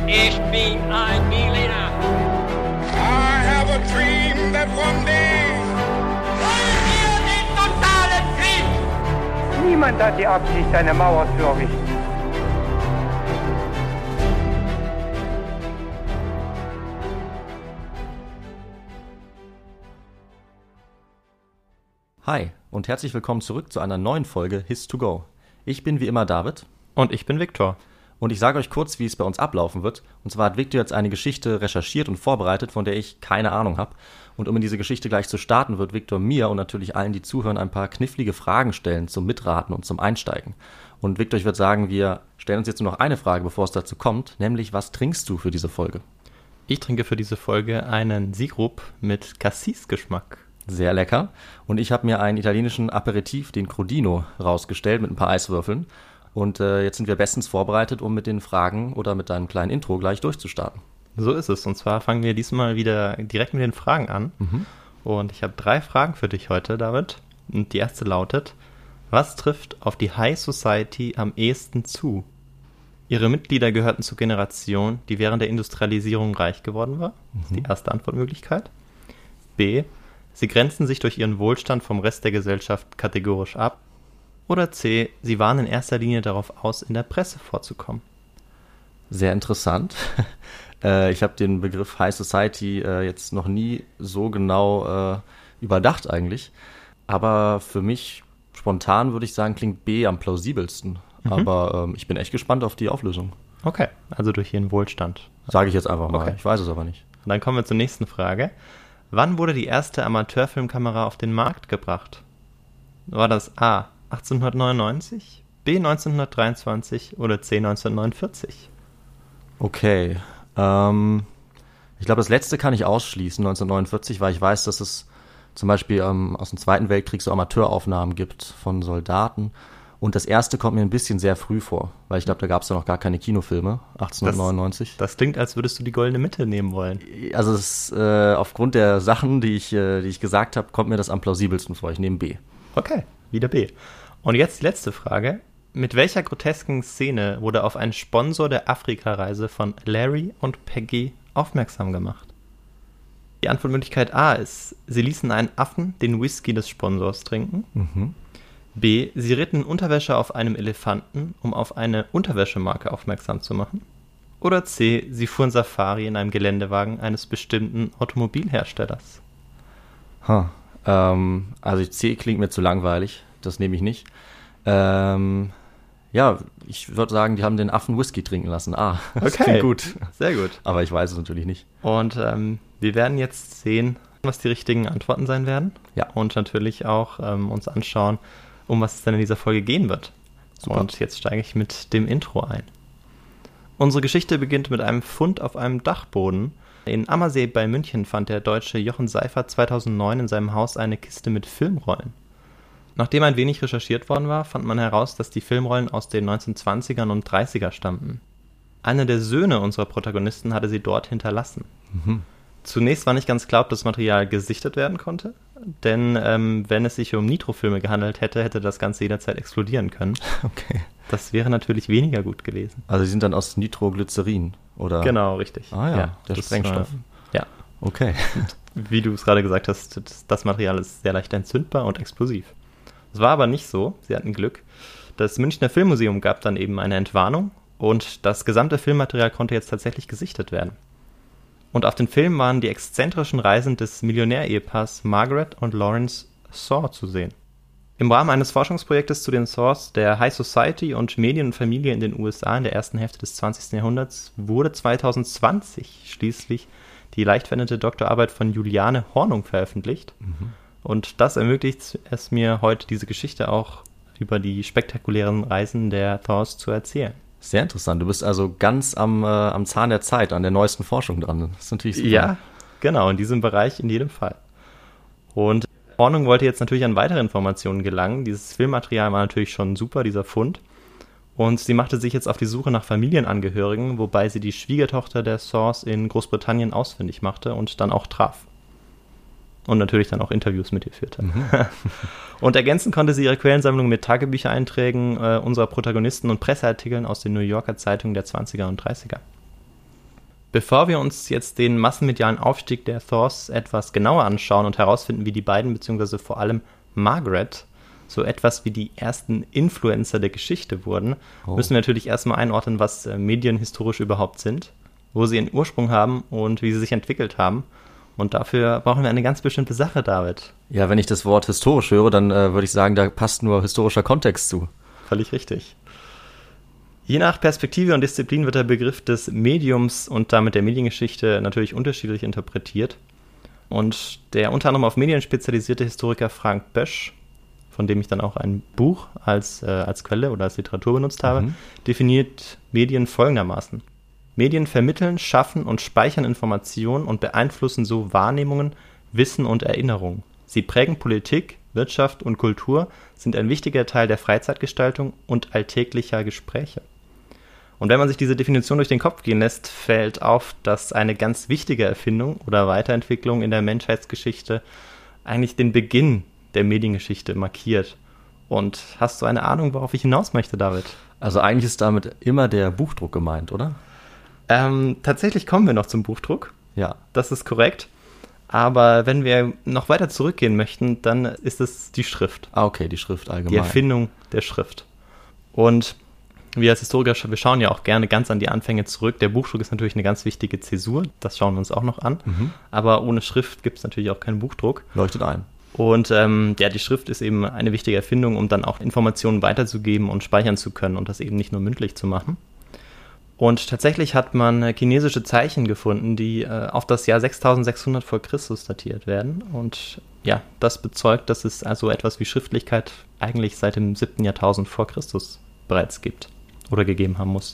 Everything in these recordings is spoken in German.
Ich bin ein Berliner. I have a dream that one day. Wollen wir den totalen Krieg? Niemand hat die Absicht, eine Mauer zu errichten. Hi und herzlich willkommen zurück zu einer neuen Folge His2Go. Ich bin wie immer David. Und ich bin Viktor. Und ich sage euch kurz, wie es bei uns ablaufen wird. Und zwar hat Viktor jetzt eine Geschichte recherchiert und vorbereitet, von der ich keine Ahnung habe. Und um in diese Geschichte gleich zu starten, wird Viktor mir und natürlich allen, die zuhören, ein paar knifflige Fragen stellen zum Mitraten und zum Einsteigen. Und Viktor, ich würde sagen, wir stellen uns jetzt nur noch eine Frage, bevor es dazu kommt, nämlich, was trinkst du für diese Folge? Ich trinke für diese Folge einen Sirup mit Cassis-Geschmack. Sehr lecker. Und ich habe mir einen italienischen Aperitif, den Crodino, rausgestellt mit ein paar Eiswürfeln. Und jetzt sind wir bestens vorbereitet, um mit den Fragen oder mit deinem kleinen Intro gleich durchzustarten. So ist es. Und zwar fangen wir diesmal wieder direkt mit den Fragen an. Und ich habe 3 Fragen für dich heute, David. Und die erste lautet: Was trifft auf die High Society am ehesten zu? Ihre Mitglieder gehörten zur Generation, die während der Industrialisierung reich geworden war. Das ist die erste Antwortmöglichkeit. B. Sie grenzen sich durch ihren Wohlstand vom Rest der Gesellschaft kategorisch ab. Oder C. Sie waren in erster Linie darauf aus, in der Presse vorzukommen. Sehr interessant. Ich habe den Begriff High Society jetzt noch nie so genau überdacht eigentlich. Aber für mich spontan würde ich sagen, klingt B am plausibelsten. Aber ich bin echt gespannt auf die Auflösung. Okay, also durch ihren Wohlstand. Sage ich jetzt einfach mal. Okay. Ich weiß es aber nicht. Und dann kommen wir zur nächsten Frage. Wann wurde die erste Amateurfilmkamera auf den Markt gebracht? War das A. 1899, B. 1923 oder C. 1949? Okay. Ich glaube, das letzte kann ich ausschließen, 1949, weil ich weiß, dass es zum Beispiel aus dem Zweiten Weltkrieg so Amateuraufnahmen gibt von Soldaten. Und das erste kommt mir ein bisschen sehr früh vor, weil ich glaube, da gab es ja noch gar keine Kinofilme, 1899. Das klingt, als würdest du die goldene Mitte nehmen wollen. Also aufgrund der Sachen, die ich gesagt habe, kommt mir das am plausibelsten vor. Ich nehme B. Okay, wieder B. Und jetzt die letzte Frage. Mit welcher grotesken Szene wurde auf einen Sponsor der Afrika-Reise von Larry und Peggy aufmerksam gemacht? Die Antwortmöglichkeit A ist: Sie ließen einen Affen den Whisky des Sponsors trinken. B. Sie ritten in Unterwäsche auf einem Elefanten, um auf eine Unterwäschemarke aufmerksam zu machen. Oder C. Sie fuhren Safari in einem Geländewagen eines bestimmten Automobilherstellers. Also C klingt mir zu langweilig. Das nehme ich nicht. Ja, ich würde sagen, die haben den Affen Whisky trinken lassen. Das klingt gut. Sehr gut. Aber ich weiß es natürlich nicht. Und wir werden jetzt sehen, was die richtigen Antworten sein werden. Ja. Und natürlich auch uns anschauen, um was es denn in dieser Folge gehen wird. Super. Und jetzt steige ich mit dem Intro ein. Unsere Geschichte beginnt mit einem Fund auf einem Dachboden. In Ammersee bei München fand der Deutsche Jochen Seifert 2009 in seinem Haus eine Kiste mit Filmrollen. Nachdem ein wenig recherchiert worden war, fand man heraus, dass die Filmrollen aus den 1920ern und 30er stammten. Einer der Söhne unserer Protagonisten hatte sie dort hinterlassen. Zunächst war nicht ganz klar, ob das Material gesichtet werden konnte, denn wenn es sich um Nitrofilme gehandelt hätte, hätte das Ganze jederzeit explodieren können. Okay. Das wäre natürlich weniger gut gewesen. Also sie sind dann aus Nitroglycerin, oder? Genau, richtig. Der das, Sprengstoff. Ja. Okay. Wie du es gerade gesagt hast, das Material ist sehr leicht entzündbar und explosiv. Das war aber nicht so, sie hatten Glück. Das Münchner Filmmuseum gab dann eben eine Entwarnung und das gesamte Filmmaterial konnte jetzt tatsächlich gesichtet werden. Und auf den Film waren die exzentrischen Reisen des Millionärehepaars Margaret und Lawrence Saw zu sehen. Im Rahmen eines Forschungsprojektes zu den Saws der High Society und Medien und Familie in den USA in der ersten Hälfte des 20. Jahrhunderts wurde 2020 schließlich die leicht verwendete Doktorarbeit von Juliane Hornung veröffentlicht. Und das ermöglicht es mir heute, diese Geschichte auch über die spektakulären Reisen der Saws zu erzählen. Sehr interessant. Du bist also ganz am Zahn der Zeit, an der neuesten Forschung dran. Das ist natürlich super. Ja, genau, in diesem Bereich in jedem Fall. Und Hornung wollte jetzt natürlich an weitere Informationen gelangen. Dieses Filmmaterial war natürlich schon super, dieser Fund. Und sie machte sich jetzt auf die Suche nach Familienangehörigen, wobei sie die Schwiegertochter der Saws in Großbritannien ausfindig machte und dann auch traf. Und natürlich dann auch Interviews mit ihr führte. Und ergänzen konnte sie ihre Quellensammlung mit Tagebüchereinträgen unserer Protagonisten und Presseartikeln aus den New Yorker Zeitungen der 20er und 30er. Bevor wir uns jetzt den massenmedialen Aufstieg der Thors etwas genauer anschauen und herausfinden, wie die beiden, beziehungsweise vor allem Margaret, so etwas wie die ersten Influencer der Geschichte wurden, müssen wir natürlich erstmal einordnen, was Medien historisch überhaupt sind, wo sie ihren Ursprung haben und wie sie sich entwickelt haben. Und dafür brauchen wir eine ganz bestimmte Sache, David. Ja, wenn ich das Wort historisch höre, dann würde ich sagen, da passt nur historischer Kontext zu. Völlig richtig. Je nach Perspektive und Disziplin wird der Begriff des Mediums und damit der Mediengeschichte natürlich unterschiedlich interpretiert. Und der unter anderem auf Medien spezialisierte Historiker Frank Bösch, von dem ich dann auch ein Buch als Quelle oder als Literatur benutzt habe, definiert Medien folgendermaßen. Medien vermitteln, schaffen und speichern Informationen und beeinflussen so Wahrnehmungen, Wissen und Erinnerung. Sie prägen Politik, Wirtschaft und Kultur, sind ein wichtiger Teil der Freizeitgestaltung und alltäglicher Gespräche. Und wenn man sich diese Definition durch den Kopf gehen lässt, fällt auf, dass eine ganz wichtige Erfindung oder Weiterentwicklung in der Menschheitsgeschichte eigentlich den Beginn der Mediengeschichte markiert. Und hast du eine Ahnung, worauf ich hinaus möchte, David? Also eigentlich ist damit immer der Buchdruck gemeint, oder? Tatsächlich kommen wir noch zum Buchdruck. Ja. Das ist korrekt. Aber wenn wir noch weiter zurückgehen möchten, dann ist es die Schrift. Ah, okay, die Schrift allgemein. Die Erfindung der Schrift. Und wir als Historiker, wir schauen ja auch gerne ganz an die Anfänge zurück. Der Buchdruck ist natürlich eine ganz wichtige Zäsur. Das schauen wir uns auch noch an. Aber ohne Schrift gibt es natürlich auch keinen Buchdruck. Leuchtet ein. Und die Schrift ist eben eine wichtige Erfindung, um dann auch Informationen weiterzugeben und speichern zu können und das eben nicht nur mündlich zu machen. Und tatsächlich hat man chinesische Zeichen gefunden, die auf das Jahr 6600 vor Christus datiert werden. Und ja, das bezeugt, dass es also etwas wie Schriftlichkeit eigentlich seit dem 7. Jahrtausend vor Christus bereits gibt oder gegeben haben muss.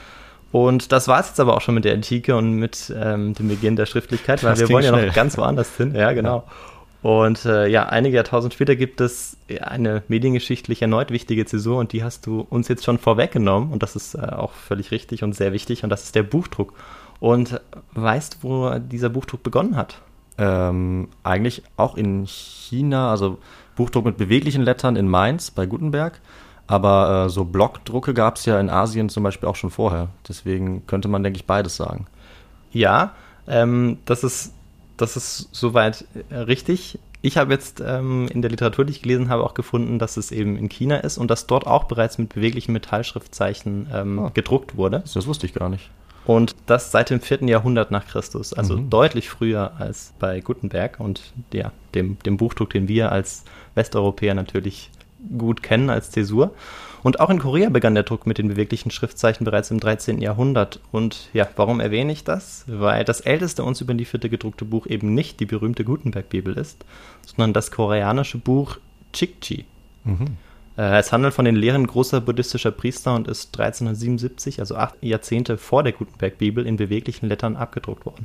Und das war es jetzt aber auch schon mit der Antike und mit dem Beginn der Schriftlichkeit, weil wir wollen ja noch ganz woanders hin. Ja, genau. Ja. Und einige Jahrtausend später gibt es eine mediengeschichtlich erneut wichtige Zäsur und die hast du uns jetzt schon vorweggenommen und das ist auch völlig richtig und sehr wichtig und das ist der Buchdruck. Und weißt du, wo dieser Buchdruck begonnen hat? Eigentlich auch in China, also Buchdruck mit beweglichen Lettern in Mainz bei Gutenberg, aber so Blockdrucke gab es ja in Asien zum Beispiel auch schon vorher. Deswegen könnte man, denke ich, beides sagen. Ja, das ist soweit richtig. Ich habe jetzt in der Literatur, die ich gelesen habe, auch gefunden, dass es eben in China ist und dass dort auch bereits mit beweglichen Metallschriftzeichen gedruckt wurde. Das wusste ich gar nicht. Und das seit dem 4. Jahrhundert nach Christus, also deutlich früher als bei Gutenberg und ja, dem Buchdruck, den wir als Westeuropäer natürlich gut kennen als Zäsur. Und auch in Korea begann der Druck mit den beweglichen Schriftzeichen bereits im 13. Jahrhundert. Und ja, warum erwähne ich das? Weil das älteste uns überlieferte gedruckte Buch eben nicht die berühmte Gutenberg-Bibel ist, sondern das koreanische Buch Chikchi. Es handelt von den Lehren großer buddhistischer Priester und ist 1377, also 8 Jahrzehnte vor der Gutenberg-Bibel, in beweglichen Lettern abgedruckt worden.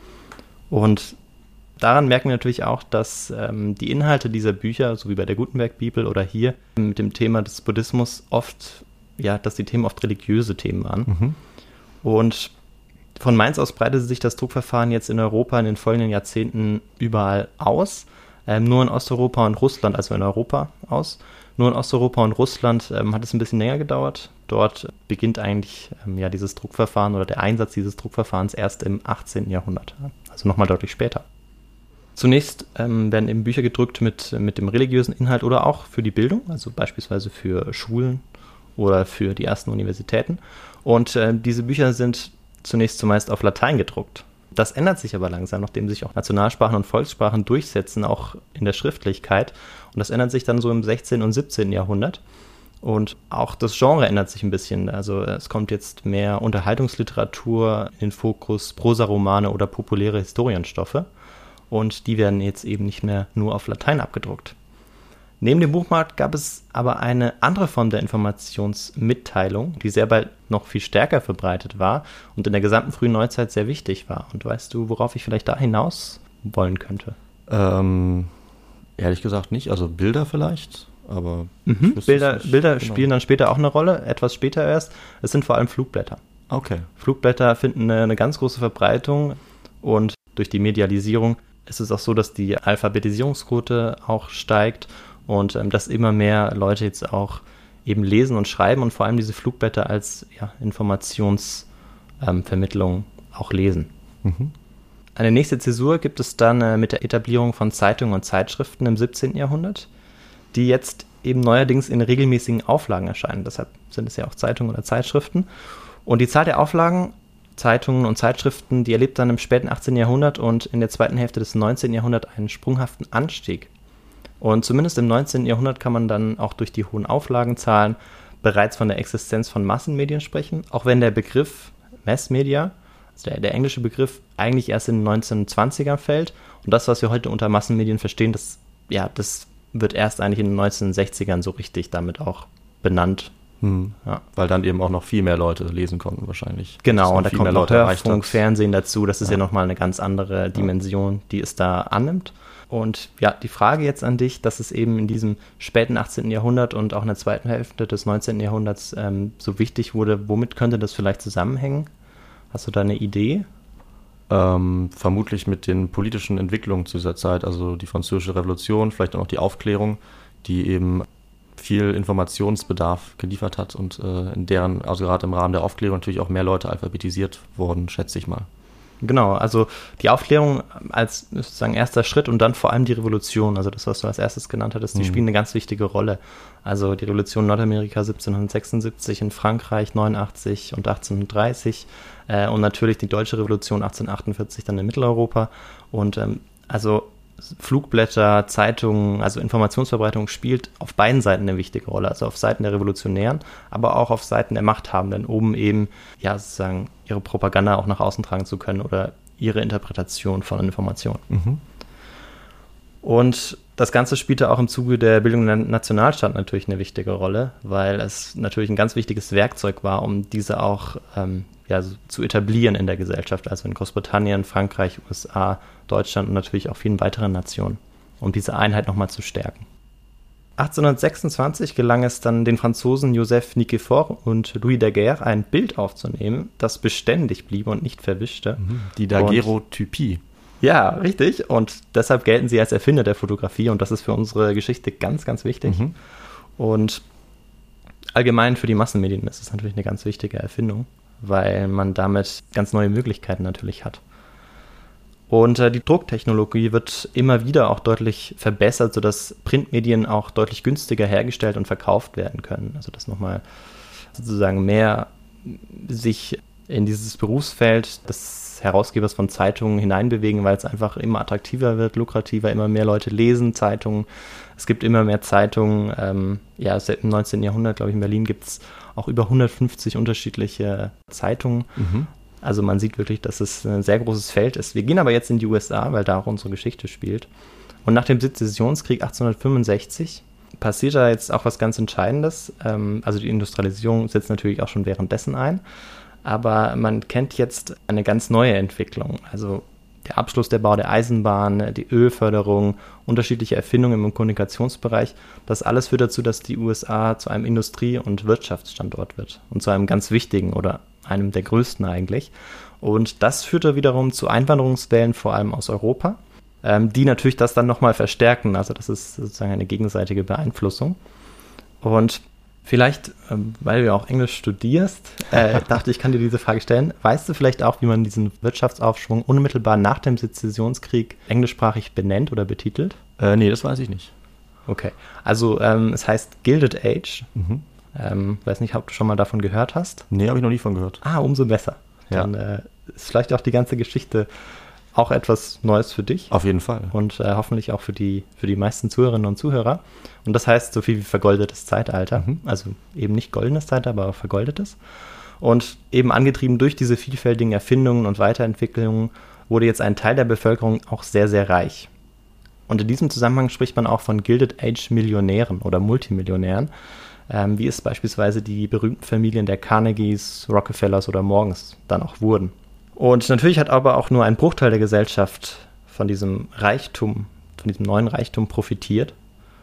Und daran merken wir natürlich auch, dass die Inhalte dieser Bücher, so wie bei der Gutenberg-Bibel oder hier mit dem Thema des Buddhismus dass die Themen oft religiöse Themen waren. Und von Mainz aus breitete sich das Druckverfahren jetzt in Europa in den folgenden Jahrzehnten überall aus. Nur in Osteuropa und Russland, also in Europa aus. Nur in Osteuropa und Russland hat es ein bisschen länger gedauert. Dort beginnt eigentlich dieses Druckverfahren oder der Einsatz dieses Druckverfahrens erst im 18. Jahrhundert, also nochmal deutlich später. Zunächst werden eben Bücher gedruckt mit dem religiösen Inhalt oder auch für die Bildung, also beispielsweise für Schulen oder für die ersten Universitäten. Und diese Bücher sind zunächst zumeist auf Latein gedruckt. Das ändert sich aber langsam, nachdem sich auch Nationalsprachen und Volkssprachen durchsetzen, auch in der Schriftlichkeit. Und das ändert sich dann so im 16. und 17. Jahrhundert. Und auch das Genre ändert sich ein bisschen. Also es kommt jetzt mehr Unterhaltungsliteratur in den Fokus, Prosaromane oder populäre Historienstoffe. Und die werden jetzt eben nicht mehr nur auf Latein abgedruckt. Neben dem Buchmarkt gab es aber eine andere Form der Informationsmitteilung, die sehr bald noch viel stärker verbreitet war und in der gesamten frühen Neuzeit sehr wichtig war. Und weißt du, worauf ich vielleicht da hinaus wollen könnte? Ehrlich gesagt nicht. Also Bilder vielleicht, aber Bilder spielen dann später auch eine Rolle, etwas später erst. Es sind vor allem Flugblätter. Okay. Flugblätter finden eine ganz große Verbreitung und durch die Medialisierung ist es auch so, dass die Alphabetisierungsquote auch steigt und dass immer mehr Leute jetzt auch eben lesen und schreiben und vor allem diese Flugblätter als Informationsvermittlung auch lesen. Eine nächste Zäsur gibt es dann mit der Etablierung von Zeitungen und Zeitschriften im 17. Jahrhundert, die jetzt eben neuerdings in regelmäßigen Auflagen erscheinen. Deshalb sind es ja auch Zeitungen oder Zeitschriften. Und die Zahl der Auflagen, Zeitungen und Zeitschriften, die erlebt dann im späten 18. Jahrhundert und in der zweiten Hälfte des 19. Jahrhunderts einen sprunghaften Anstieg. Und zumindest im 19. Jahrhundert kann man dann auch durch die hohen Auflagenzahlen bereits von der Existenz von Massenmedien sprechen, auch wenn der Begriff Massmedia, also der englische Begriff, eigentlich erst in den 1920ern fällt. Und das, was wir heute unter Massenmedien verstehen, das wird erst eigentlich in den 1960ern so richtig damit auch benannt. Ja. Weil dann eben auch noch viel mehr Leute lesen konnten wahrscheinlich. Genau, und da kommt noch Hörfunk, Fernsehen dazu. Das ist ja nochmal eine ganz andere Dimension, die es da annimmt. Und ja, die Frage jetzt an dich, dass es eben in diesem späten 18. Jahrhundert und auch in der zweiten Hälfte des 19. Jahrhunderts so wichtig wurde, womit könnte das vielleicht zusammenhängen? Hast du da eine Idee? Vermutlich mit den politischen Entwicklungen zu dieser Zeit, also die Französische Revolution, vielleicht auch noch die Aufklärung, die eben viel Informationsbedarf geliefert hat und in deren, also gerade im Rahmen der Aufklärung natürlich auch mehr Leute alphabetisiert wurden, schätze ich mal. Genau, also die Aufklärung als sozusagen erster Schritt und dann vor allem die Revolution, also das, was du als erstes genannt hattest, die spielen eine ganz wichtige Rolle. Also die Revolution in Nordamerika 1776, in Frankreich 89 und 1830 und natürlich die Deutsche Revolution 1848 dann in Mitteleuropa. Und also Flugblätter, Zeitungen, also Informationsverbreitung spielt auf beiden Seiten eine wichtige Rolle, also auf Seiten der Revolutionären, aber auch auf Seiten der Machthabenden, um eben ja sozusagen ihre Propaganda auch nach außen tragen zu können oder ihre Interpretation von Informationen. Und das Ganze spielte auch im Zuge der Bildung der Nationalstaaten natürlich eine wichtige Rolle, weil es natürlich ein ganz wichtiges Werkzeug war, um diese auch zu etablieren in der Gesellschaft, also in Großbritannien, Frankreich, USA, Deutschland und natürlich auch vielen weiteren Nationen, um diese Einheit nochmal zu stärken. 1826 gelang es dann den Franzosen Joseph Nicephore und Louis Daguerre, ein Bild aufzunehmen, das beständig blieb und nicht verwischte. Die Daguerreotypie. Ja, richtig. Und deshalb gelten sie als Erfinder der Fotografie und das ist für unsere Geschichte ganz, ganz wichtig. Und allgemein für die Massenmedien ist es natürlich eine ganz wichtige Erfindung, weil man damit ganz neue Möglichkeiten natürlich hat. Und die Drucktechnologie wird immer wieder auch deutlich verbessert, sodass Printmedien auch deutlich günstiger hergestellt und verkauft werden können. Also dass nochmal sozusagen mehr sich in dieses Berufsfeld des Herausgebers von Zeitungen hineinbewegen, weil es einfach immer attraktiver wird, lukrativer, immer mehr Leute lesen Zeitungen. Es gibt immer mehr Zeitungen. Seit dem 19. Jahrhundert, glaube ich, in Berlin gibt es auch über 150 unterschiedliche Zeitungen. Also man sieht wirklich, dass es ein sehr großes Feld ist. Wir gehen aber jetzt in die USA, weil da auch unsere Geschichte spielt. Und nach dem Sezessionskrieg 1865 passiert da jetzt auch was ganz Entscheidendes. Also die Industrialisierung setzt natürlich auch schon währenddessen ein. Aber man kennt jetzt eine ganz neue Entwicklung. Also der Abschluss der Bau der Eisenbahn, die Ölförderung, unterschiedliche Erfindungen im Kommunikationsbereich. Das alles führt dazu, dass die USA zu einem Industrie- und Wirtschaftsstandort wird. Und zu einem ganz wichtigen oder einem der größten eigentlich. Und das führte wiederum zu Einwanderungswellen, vor allem aus Europa, die natürlich das dann nochmal verstärken. Also das ist sozusagen eine gegenseitige Beeinflussung. Und vielleicht, weil du auch Englisch studierst, dachte ich, kann dir diese Frage stellen. Weißt du vielleicht auch, wie man diesen Wirtschaftsaufschwung unmittelbar nach dem Sezessionskrieg englischsprachig benennt oder betitelt? Nee, das weiß ich nicht. Okay, also es heißt Gilded Age. Weiß nicht, ob du schon mal davon gehört hast? Nee, habe ich noch nie von gehört. Umso besser. Ja. Dann ist vielleicht auch die ganze Geschichte auch etwas Neues für dich. Auf jeden Fall. Und hoffentlich auch für die meisten Zuhörerinnen und Zuhörer. Und das heißt so viel wie vergoldetes Zeitalter. Also eben nicht goldenes Zeitalter, aber vergoldetes. Und eben angetrieben durch diese vielfältigen Erfindungen und Weiterentwicklungen wurde jetzt ein Teil der Bevölkerung auch sehr, sehr reich. Und in diesem Zusammenhang spricht man auch von Gilded Age Millionären oder Multimillionären, wie es beispielsweise die berühmten Familien der Carnegies, Rockefellers oder Morgans dann auch wurden. Und natürlich hat aber auch nur ein Bruchteil der Gesellschaft von diesem Reichtum, von diesem neuen Reichtum profitiert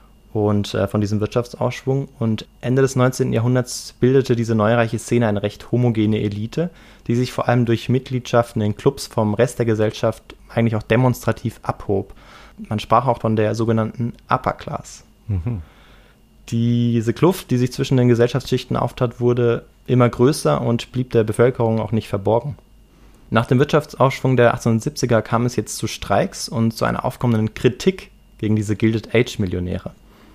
und von diesem Wirtschaftsaufschwung. Und Ende des 19. Jahrhunderts bildete diese neureiche Szene eine recht homogene Elite, die sich vor allem durch Mitgliedschaften in Clubs vom Rest der Gesellschaft eigentlich auch demonstrativ abhob. Man sprach auch von der sogenannten Upper Class. Diese Kluft, die sich zwischen den Gesellschaftsschichten auftat, wurde immer größer und blieb der Bevölkerung auch nicht verborgen. Nach dem Wirtschaftsaufschwung der 1870er kam es jetzt zu Streiks und zu einer aufkommenden Kritik gegen diese Gilded Age-Millionäre.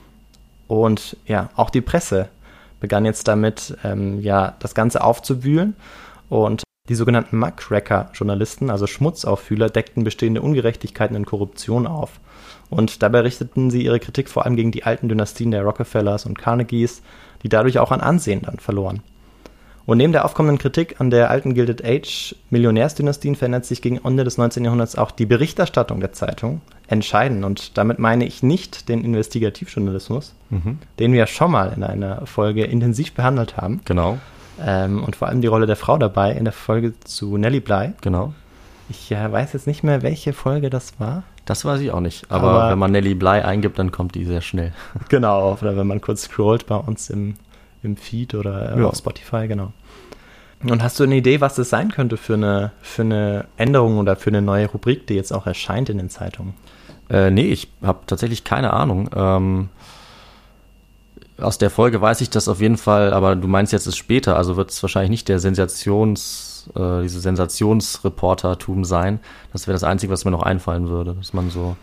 Und ja, auch die Presse begann jetzt damit, das Ganze aufzuwühlen. Und die sogenannten Muckraker-Journalisten, also Schmutzauffühler, deckten bestehende Ungerechtigkeiten und Korruption auf. Und dabei richteten sie ihre Kritik vor allem gegen die alten Dynastien der Rockefellers und Carnegies, die dadurch auch an Ansehen dann verloren. Und neben der aufkommenden Kritik an der alten Gilded Age Millionärsdynastien verändert sich gegen Ende des 19. Jahrhunderts auch die Berichterstattung der Zeitung entscheidend. Und damit meine ich nicht den Investigativjournalismus, den wir ja schon mal in einer Folge intensiv behandelt haben. Genau. Und vor allem die Rolle der Frau dabei in der Folge zu Nellie Bly. Genau. Ich weiß jetzt nicht mehr, welche Folge das war. Das weiß ich auch nicht. Aber wenn man Nellie Bly eingibt, dann kommt die sehr schnell. Genau, oder wenn man kurz scrollt bei uns im Feed oder auf Spotify, genau. Und hast du eine Idee, was das sein könnte für eine Änderung oder für eine neue Rubrik, die jetzt auch erscheint in den Zeitungen? Nee, ich habe tatsächlich keine Ahnung. Aus der Folge weiß ich das auf jeden Fall, aber du meinst jetzt ist später, also wird es wahrscheinlich nicht der diese Sensationsreportertum sein. Das wäre das Einzige, was mir noch einfallen würde, dass man so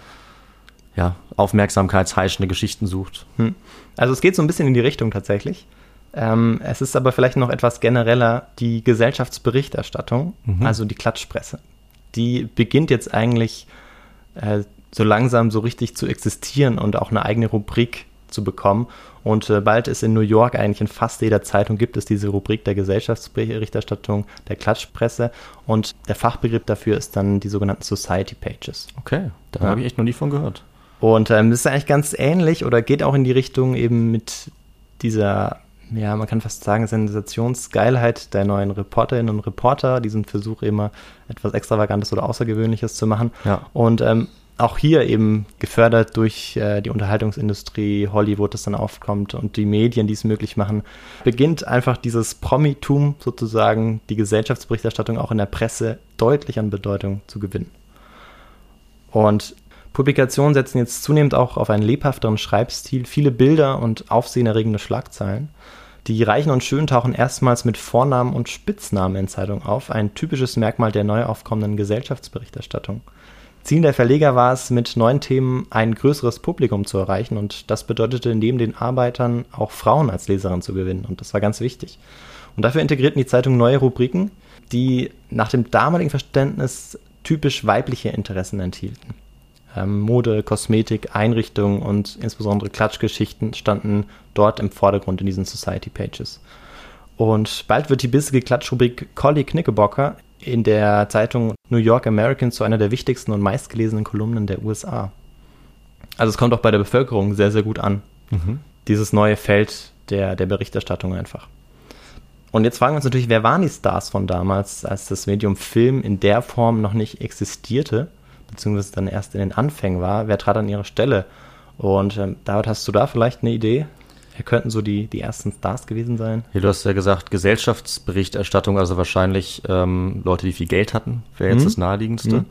aufmerksamkeitsheischende Geschichten sucht. Also es geht so ein bisschen in die Richtung tatsächlich. Es ist aber vielleicht noch etwas genereller die Gesellschaftsberichterstattung, also die Klatschpresse. Die beginnt jetzt eigentlich so langsam so richtig zu existieren und auch eine eigene Rubrik zu bekommen. Und bald ist in New York eigentlich in fast jeder Zeitung gibt es diese Rubrik der Gesellschaftsberichterstattung, der Klatschpresse. Und der Fachbegriff dafür ist dann die sogenannten Society Pages. Okay, da habe ich echt noch nie von gehört. Und das ist eigentlich ganz ähnlich oder geht auch in die Richtung eben mit dieser, man kann fast sagen, Sensationsgeilheit der neuen Reporterinnen und Reporter, diesen Versuch immer etwas Extravagantes oder Außergewöhnliches zu machen. Ja. Und auch hier eben gefördert durch die Unterhaltungsindustrie, Hollywood, das dann aufkommt und die Medien, die es möglich machen, beginnt einfach dieses Promitum sozusagen, die Gesellschaftsberichterstattung auch in der Presse deutlich an Bedeutung zu gewinnen. Und Publikationen setzen jetzt zunehmend auch auf einen lebhafteren Schreibstil, viele Bilder und aufsehenerregende Schlagzeilen. Die Reichen und Schönen tauchen erstmals mit Vornamen und Spitznamen in Zeitungen auf, ein typisches Merkmal der neu aufkommenden Gesellschaftsberichterstattung. Ziel der Verleger war es, mit neuen Themen ein größeres Publikum zu erreichen und das bedeutete neben den Arbeitern auch Frauen als Leserin zu gewinnen und das war ganz wichtig. Und dafür integrierten die Zeitungen neue Rubriken, die nach dem damaligen Verständnis typisch weibliche Interessen enthielten. Mode, Kosmetik, Einrichtungen und insbesondere Klatschgeschichten standen dort im Vordergrund in diesen Society Pages. Und bald wird die bissige Klatschrubrik Collie Knickerbocker in der Zeitung New York American zu einer der wichtigsten und meistgelesenen Kolumnen der USA. Also es kommt auch bei der Bevölkerung sehr, sehr gut an. Dieses neue Feld der Berichterstattung einfach. Und jetzt fragen wir uns natürlich, wer waren die Stars von damals, als das Medium Film in der Form noch nicht existierte, beziehungsweise dann erst in den Anfängen war, wer trat an ihre Stelle? Und David, hast du da vielleicht eine Idee? Wer könnten so die ersten Stars gewesen sein? Ja, du hast ja gesagt, Gesellschaftsberichterstattung, also wahrscheinlich Leute, die viel Geld hatten, wäre jetzt das Naheliegendste.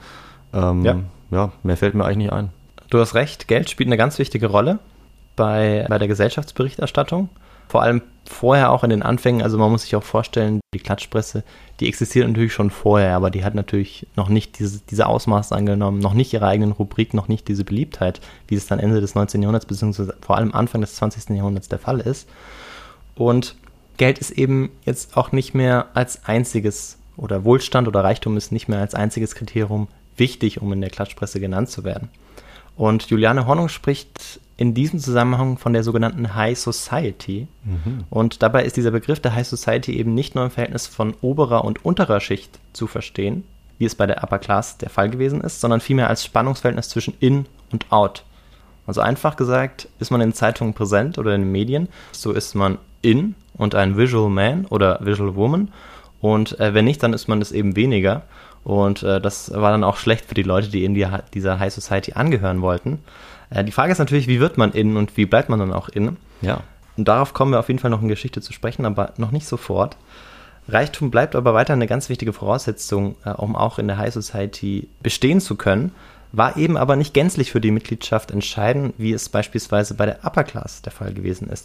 Mehr fällt mir eigentlich nicht ein. Du hast recht, Geld spielt eine ganz wichtige Rolle bei der Gesellschaftsberichterstattung. Vor allem vorher auch in den Anfängen, also man muss sich auch vorstellen, die Klatschpresse, die existiert natürlich schon vorher, aber die hat natürlich noch nicht diese Ausmaße angenommen, noch nicht ihre eigenen Rubriken, noch nicht diese Beliebtheit, wie es dann Ende des 19. Jahrhunderts beziehungsweise vor allem Anfang des 20. Jahrhunderts der Fall ist. Und Geld ist eben jetzt auch nicht mehr als einziges, oder Wohlstand oder Reichtum ist nicht mehr als einziges Kriterium wichtig, um in der Klatschpresse genannt zu werden. Und Juliane Hornung spricht in diesem Zusammenhang von der sogenannten High Society. Und dabei ist dieser Begriff der High Society eben nicht nur im Verhältnis von oberer und unterer Schicht zu verstehen, wie es bei der Upper Class der Fall gewesen ist, sondern vielmehr als Spannungsverhältnis zwischen In und Out. Also einfach gesagt, ist man in Zeitungen präsent oder in den Medien, so ist man In und ein Visual Man oder Visual Woman. Und wenn nicht, dann ist man es eben weniger. Und das war dann auch schlecht für die Leute, die eben dieser High Society angehören wollten. Die Frage ist natürlich, wie wird man in und wie bleibt man dann auch in? Ja. Und darauf kommen wir auf jeden Fall noch in Geschichte zu sprechen, aber noch nicht sofort. Reichtum bleibt aber weiter eine ganz wichtige Voraussetzung, um auch in der High Society bestehen zu können, war eben aber nicht gänzlich für die Mitgliedschaft entscheidend, wie es beispielsweise bei der Upper Class der Fall gewesen ist.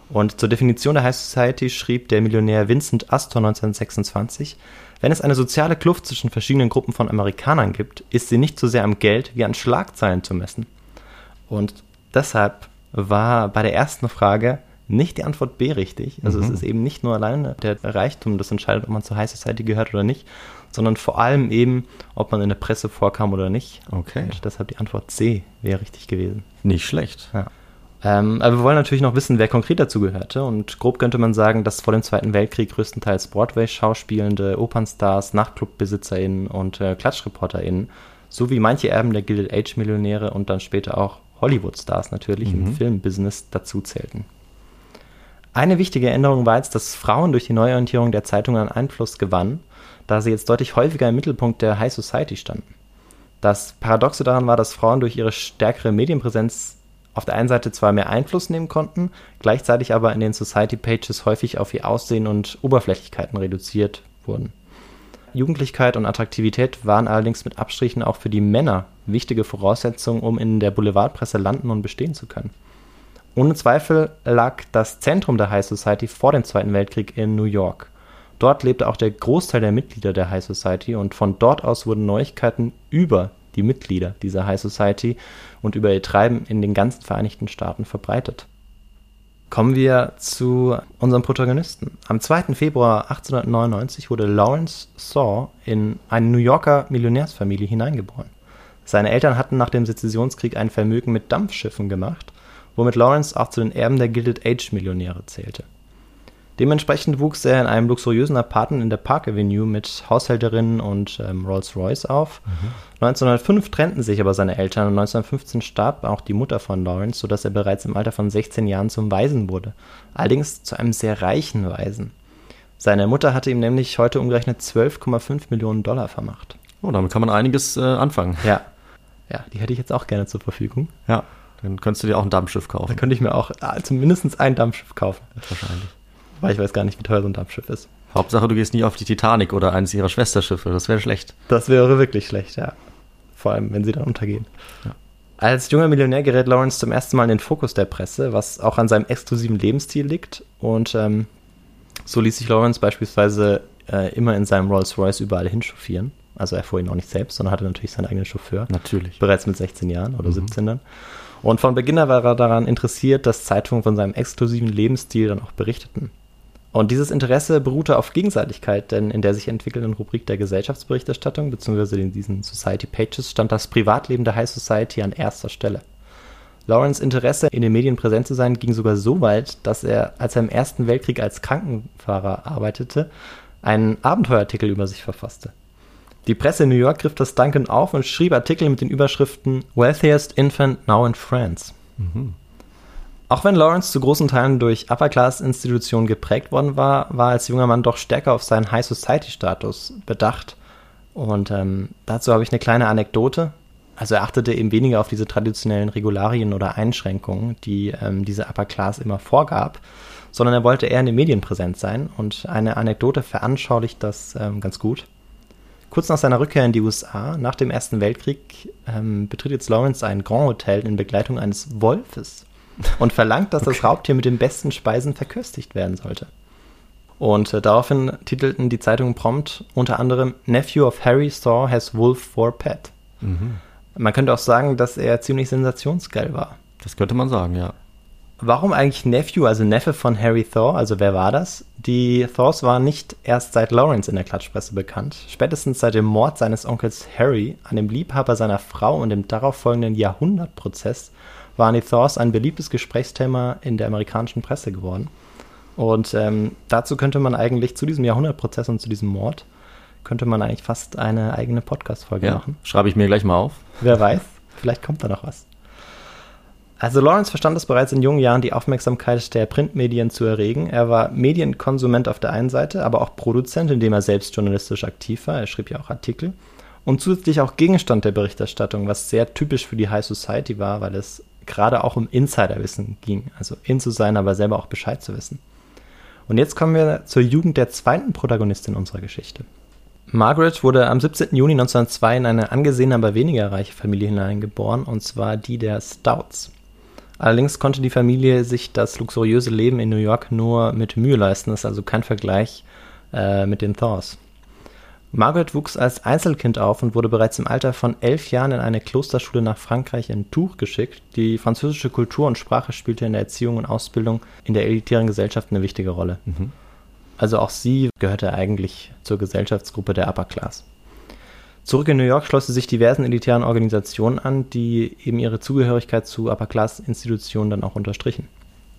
Und zur Definition der High Society schrieb der Millionär Vincent Astor 1926, wenn es eine soziale Kluft zwischen verschiedenen Gruppen von Amerikanern gibt, ist sie nicht so sehr am Geld wie an Schlagzeilen zu messen. Und deshalb war bei der ersten Frage nicht die Antwort B richtig. Also es ist eben nicht nur alleine der Reichtum, das entscheidet, ob man zur High Society gehört oder nicht, sondern vor allem eben, ob man in der Presse vorkam oder nicht. Okay. Und deshalb die Antwort C wäre richtig gewesen. Nicht schlecht. Ja. Aber wir wollen natürlich noch wissen, wer konkret dazu gehörte. Und grob könnte man sagen, dass vor dem Zweiten Weltkrieg größtenteils Broadway-Schauspielende, Opernstars, NachtclubbesitzerInnen und KlatschreporterInnen sowie manche Erben der Gilded Age-Millionäre und dann später auch Hollywood-Stars natürlich im Filmbusiness dazu zählten. Eine wichtige Änderung war jetzt, dass Frauen durch die Neuorientierung der Zeitung an Einfluss gewannen, da sie jetzt deutlich häufiger im Mittelpunkt der High Society standen. Das Paradoxe daran war, dass Frauen durch ihre stärkere Medienpräsenz auf der einen Seite zwar mehr Einfluss nehmen konnten, gleichzeitig aber in den Society Pages häufig auf ihr Aussehen und Oberflächlichkeiten reduziert wurden. Jugendlichkeit und Attraktivität waren allerdings mit Abstrichen auch für die Männer wichtige Voraussetzungen, um in der Boulevardpresse landen und bestehen zu können. Ohne Zweifel lag das Zentrum der High Society vor dem Zweiten Weltkrieg in New York. Dort lebte auch der Großteil der Mitglieder der High Society und von dort aus wurden Neuigkeiten über die Mitglieder dieser High Society und über ihr Treiben in den ganzen Vereinigten Staaten verbreitet. Kommen wir zu unserem Protagonisten. Am 2. Februar 1899 wurde Lawrence Thaw in eine New Yorker Millionärsfamilie hineingeboren. Seine Eltern hatten nach dem Sezessionskrieg ein Vermögen mit Dampfschiffen gemacht, womit Lawrence auch zu den Erben der Gilded Age-Millionäre zählte. Dementsprechend wuchs er in einem luxuriösen Apartment in der Park Avenue mit Haushälterinnen und Rolls-Royce auf. 1905 trennten sich aber seine Eltern und 1915 starb auch die Mutter von Lawrence, sodass er bereits im Alter von 16 Jahren zum Waisen wurde. Allerdings zu einem sehr reichen Waisen. Seine Mutter hatte ihm nämlich heute umgerechnet $12,5 Millionen vermacht. Oh, damit kann man einiges anfangen. Ja, die hätte ich jetzt auch gerne zur Verfügung. Ja, dann könntest du dir auch ein Dampfschiff kaufen. Da könnte ich mir auch zumindest ein Dampfschiff kaufen. Wahrscheinlich. Weil ich weiß gar nicht, wie teuer so ein Dampfschiff ist. Hauptsache, du gehst nie auf die Titanic oder eines ihrer Schwesterschiffe. Das wäre schlecht. Das wäre wirklich schlecht, ja. Vor allem, wenn sie dann untergehen. Ja. Als junger Millionär gerät Lawrence zum ersten Mal in den Fokus der Presse, was auch an seinem exklusiven Lebensstil liegt. Und so ließ sich Lawrence beispielsweise immer in seinem Rolls-Royce überall hinchauffieren. Also er fuhr ihn auch nicht selbst, sondern hatte natürlich seinen eigenen Chauffeur. Natürlich. Bereits mit 16 Jahren oder 17 dann. Und von Beginn an war er daran interessiert, dass Zeitungen von seinem exklusiven Lebensstil dann auch berichteten. Und dieses Interesse beruhte auf Gegenseitigkeit, denn in der sich entwickelnden Rubrik der Gesellschaftsberichterstattung bzw. in diesen Society Pages stand das Privatleben der High Society an erster Stelle. Lawrence' Interesse, in den Medien präsent zu sein, ging sogar so weit, dass er, als er im Ersten Weltkrieg als Krankenfahrer arbeitete, einen Abenteuerartikel über sich verfasste. Die Presse in New York griff das dankend auf und schrieb Artikel mit den Überschriften Wealthiest Infant Now in France. Auch wenn Lawrence zu großen Teilen durch Upper-Class-Institutionen geprägt worden war, war er als junger Mann doch stärker auf seinen High-Society-Status bedacht. Und dazu habe ich eine kleine Anekdote. Also er achtete eben weniger auf diese traditionellen Regularien oder Einschränkungen, die diese Upper-Class immer vorgab, sondern er wollte eher in den Medien präsent sein. Und eine Anekdote veranschaulicht das ganz gut. Kurz nach seiner Rückkehr in die USA, nach dem Ersten Weltkrieg, betritt jetzt Lawrence ein Grand Hotel in Begleitung eines Wolfes und verlangt, dass das Raubtier mit den besten Speisen verköstigt werden sollte. Und daraufhin titelten die Zeitungen prompt unter anderem Nephew of Harry Thaw has wolf for pet. Man könnte auch sagen, dass er ziemlich sensationsgeil war. Das könnte man sagen, ja. Warum eigentlich Nephew, also Neffe von Harry Thaw, also wer war das? Die Thaws waren nicht erst seit Lawrence in der Klatschpresse bekannt. Spätestens seit dem Mord seines Onkels Harry an dem Liebhaber seiner Frau und dem darauffolgenden Jahrhundertprozess waren die Thaws ein beliebtes Gesprächsthema in der amerikanischen Presse geworden. Und dazu könnte man eigentlich, zu diesem Jahrhundertprozess und zu diesem Mord, könnte man eigentlich fast eine eigene Podcast-Folge machen. Schreibe ich mir gleich mal auf. Wer weiß, vielleicht kommt da noch was. Also Lawrence verstand es bereits in jungen Jahren, die Aufmerksamkeit der Printmedien zu erregen. Er war Medienkonsument auf der einen Seite, aber auch Produzent, indem er selbst journalistisch aktiv war. Er schrieb ja auch Artikel. Und zusätzlich auch Gegenstand der Berichterstattung, was sehr typisch für die High Society war, weil es gerade auch um Insiderwissen ging. Also in zu sein, aber selber auch Bescheid zu wissen. Und jetzt kommen wir zur Jugend der zweiten Protagonistin unserer Geschichte. Margaret wurde am 17. Juni 1902 in eine angesehene, aber weniger reiche Familie hineingeboren, und zwar die der Stouts. Allerdings konnte die Familie sich das luxuriöse Leben in New York nur mit Mühe leisten. Das ist also kein Vergleich mit den Thors. Margaret wuchs als Einzelkind auf und wurde bereits im Alter von 11 Jahren in eine Klosterschule nach Frankreich in Tours geschickt. Die französische Kultur und Sprache spielte in der Erziehung und Ausbildung in der elitären Gesellschaft eine wichtige Rolle. Also auch sie gehörte eigentlich zur Gesellschaftsgruppe der Upper Class. Zurück in New York schloss sie sich diversen elitären Organisationen an, die eben ihre Zugehörigkeit zu Upper-Class-Institutionen dann auch unterstrichen.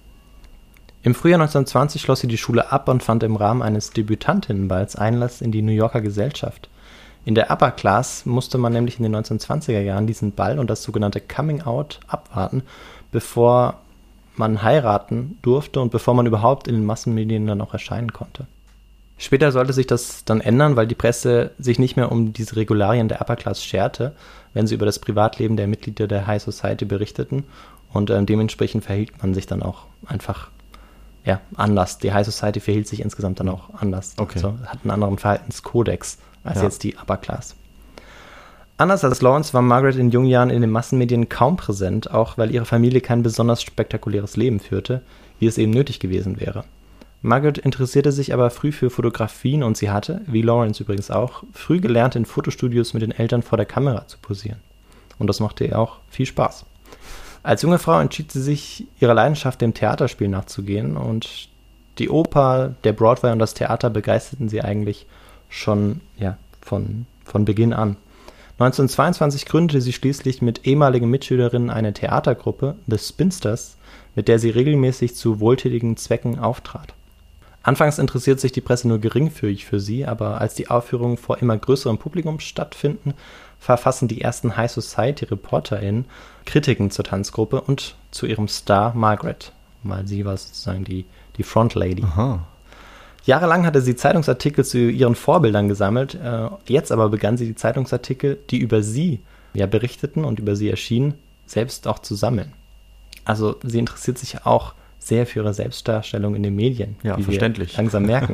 Im Frühjahr 1920 schloss sie die Schule ab und fand im Rahmen eines Debütantinnenballs Einlass in die New Yorker Gesellschaft. In der Upper Class musste man nämlich in den 1920er Jahren diesen Ball und das sogenannte Coming Out abwarten, bevor man heiraten durfte und bevor man überhaupt in den Massenmedien dann auch erscheinen konnte. Später sollte sich das dann ändern, weil die Presse sich nicht mehr um diese Regularien der Upper Class scherte, wenn sie über das Privatleben der Mitglieder der High Society berichteten, und dementsprechend verhielt man sich dann auch einfach anders. Die High Society verhielt sich insgesamt dann auch anders. Okay. Also hat einen anderen Verhaltenskodex als jetzt die Upper Class. Anders als Lawrence war Margaret in jungen Jahren in den Massenmedien kaum präsent, auch weil ihre Familie kein besonders spektakuläres Leben führte, wie es eben nötig gewesen wäre. Margaret interessierte sich aber früh für Fotografien und sie hatte, wie Lawrence übrigens auch, früh gelernt, in Fotostudios mit den Eltern vor der Kamera zu posieren. Und das machte ihr auch viel Spaß. Als junge Frau entschied sie sich, ihrer Leidenschaft dem Theaterspiel nachzugehen, und die Oper, der Broadway und das Theater begeisterten sie eigentlich schon von Beginn an. 1922 gründete sie schließlich mit ehemaligen Mitschülerinnen eine Theatergruppe, The Spinsters, mit der sie regelmäßig zu wohltätigen Zwecken auftrat. Anfangs interessiert sich die Presse nur geringfügig für sie, aber als die Aufführungen vor immer größerem Publikum stattfinden, verfassen die ersten High Society ReporterInnen Kritiken zur Tanzgruppe und zu ihrem Star Margaret, weil sie war sozusagen die Front Lady. Aha. Jahrelang hatte sie Zeitungsartikel zu ihren Vorbildern gesammelt, jetzt aber begann sie die Zeitungsartikel, die über sie berichteten und über sie erschienen, selbst auch zu sammeln. Also sie interessiert sich auch sehr für ihre Selbstdarstellung in den Medien, Ja, wie verständlich. wir langsam merken.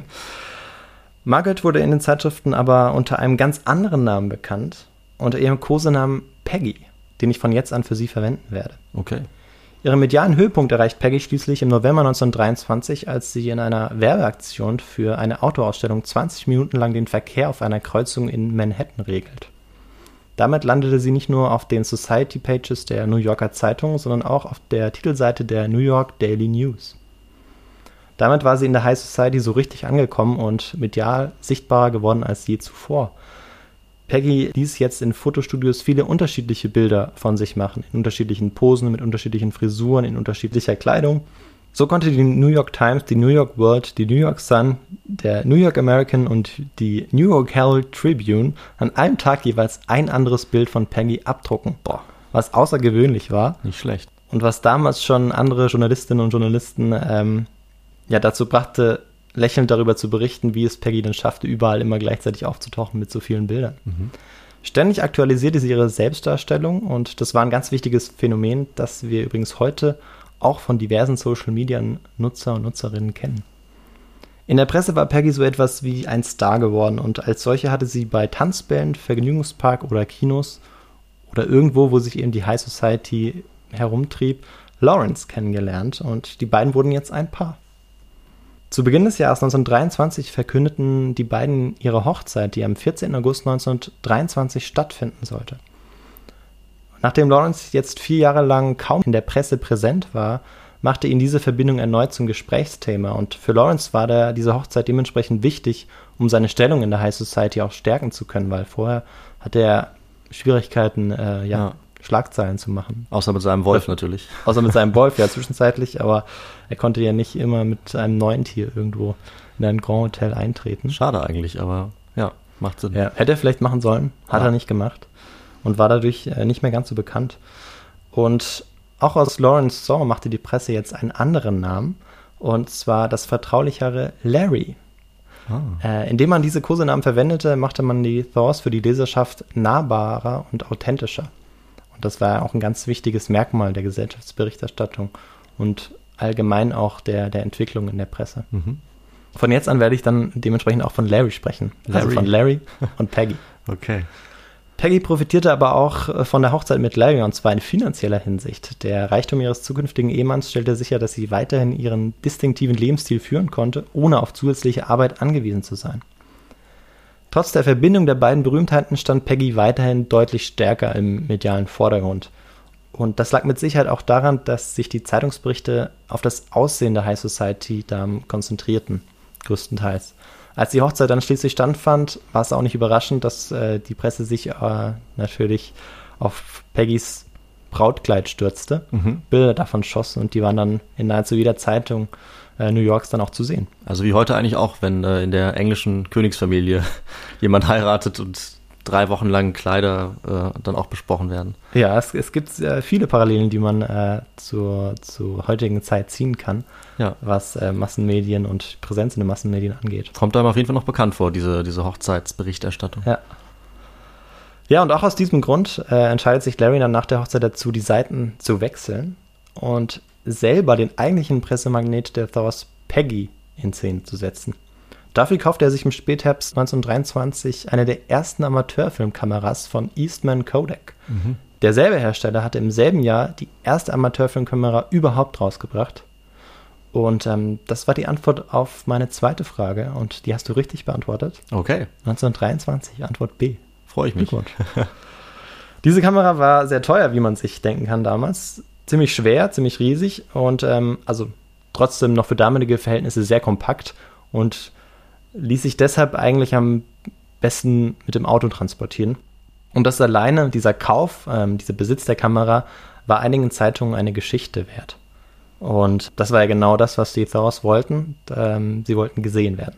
Margaret wurde in den Zeitschriften aber unter einem ganz anderen Namen bekannt, unter ihrem Kosenamen Peggy, den ich von jetzt an für sie verwenden werde. Okay. Ihren medialen Höhepunkt erreicht Peggy schließlich im November 1923, als sie in einer Werbeaktion für eine Autoausstellung 20 Minuten lang den Verkehr auf einer Kreuzung in Manhattan regelt. Damit landete sie nicht nur auf den Society Pages der New Yorker Zeitung, sondern auch auf der Titelseite der New York Daily News. Damit war sie in der High Society so richtig angekommen und medial sichtbarer geworden als je zuvor. Peggy ließ jetzt in Fotostudios viele unterschiedliche Bilder von sich machen, in unterschiedlichen Posen, mit unterschiedlichen Frisuren, in unterschiedlicher Kleidung. So konnte die New York Times, die New York World, die New York Sun, der New York American und die New York Herald Tribune an einem Tag jeweils ein anderes Bild von Peggy abdrucken. Was außergewöhnlich war. Nicht schlecht. Und was damals schon andere Journalistinnen und Journalisten dazu brachte, lächelnd darüber zu berichten, wie es Peggy dann schaffte, überall immer gleichzeitig aufzutauchen mit so vielen Bildern. Ständig aktualisierte sie ihre Selbstdarstellung, und das war ein ganz wichtiges Phänomen, das wir übrigens heute auch von diversen Social-Media-Nutzer und Nutzerinnen kennen. In der Presse war Peggy so etwas wie ein Star geworden, und als solche hatte sie bei Tanzbällen, Vergnügungspark oder Kinos oder irgendwo, wo sich eben die High Society herumtrieb, Lawrence kennengelernt, und die beiden wurden jetzt ein Paar. Zu Beginn des Jahres 1923 verkündeten die beiden ihre Hochzeit, die am 14. August 1923 stattfinden sollte. Nachdem Lawrence jetzt 4 Jahre lang kaum in der Presse präsent war, machte ihn diese Verbindung erneut zum Gesprächsthema, und für Lawrence war diese Hochzeit dementsprechend wichtig, um seine Stellung in der High Society auch stärken zu können, weil vorher hatte er Schwierigkeiten, Schlagzeilen zu machen. Außer mit seinem Wolf natürlich. Außer mit seinem Wolf, ja, zwischenzeitlich, aber er konnte ja nicht immer mit einem neuen Tier irgendwo in ein Grand Hotel eintreten. Schade eigentlich, aber ja, macht Sinn. Ja, hätte er vielleicht machen sollen, hat er nicht gemacht und war dadurch nicht mehr ganz so bekannt. Und auch aus Lawrence Song machte die Presse jetzt einen anderen Namen, und zwar das vertraulichere Larry. Indem man diese Kosenamen verwendete, machte man die Thors für die Leserschaft nahbarer und authentischer. Und das war auch ein ganz wichtiges Merkmal der Gesellschaftsberichterstattung und allgemein auch der Entwicklung in der Presse. Von jetzt an werde ich dann dementsprechend auch von Larry sprechen. Also von Larry und Peggy. Okay. Peggy profitierte aber auch von der Hochzeit mit Larry, und zwar in finanzieller Hinsicht. Der Reichtum ihres zukünftigen Ehemanns stellte sicher, dass sie weiterhin ihren distinktiven Lebensstil führen konnte, ohne auf zusätzliche Arbeit angewiesen zu sein. Trotz der Verbindung der beiden Berühmtheiten stand Peggy weiterhin deutlich stärker im medialen Vordergrund. Und das lag mit Sicherheit auch daran, dass sich die Zeitungsberichte auf das Aussehen der High Society-Damen konzentrierten, größtenteils. Als die Hochzeit dann schließlich stattfand, war es auch nicht überraschend, dass die Presse sich natürlich auf Peggys Brautkleid stürzte, Bilder davon schoss, und die waren dann in nahezu jeder Zeitung New Yorks dann auch zu sehen. Also wie heute eigentlich auch, wenn in der englischen Königsfamilie jemand heiratet und 3 Wochen lang Kleider dann auch besprochen werden. Ja, es gibt viele Parallelen, die man zur heutigen Zeit ziehen kann, ja, was Massenmedien und Präsenz in den Massenmedien angeht. Kommt einem auf jeden Fall noch bekannt vor, diese Hochzeitsberichterstattung. Ja. Ja, und auch aus diesem Grund entscheidet sich Larry dann nach der Hochzeit dazu, die Seiten zu wechseln und selber den eigentlichen Pressemagnet der Thaws, Peggy, in Szene zu setzen. Dafür kaufte er sich im Spätherbst 1923 eine der ersten Amateurfilmkameras von Eastman Kodak. Derselbe Hersteller hatte im selben Jahr die erste Amateurfilmkamera überhaupt rausgebracht. Und das war die Antwort auf meine zweite Frage, und die hast du richtig beantwortet. Okay. 1923, Antwort B. Freue ich mich. Diese Kamera war sehr teuer, wie man sich denken kann damals. Ziemlich schwer, ziemlich riesig und also trotzdem noch für damalige Verhältnisse sehr kompakt und ließ sich deshalb eigentlich am besten mit dem Auto transportieren. Und das alleine, dieser Kauf, dieser Besitz der Kamera, war einigen Zeitungen eine Geschichte wert. Und das war ja genau das, was die Thaws wollten. Sie wollten gesehen werden.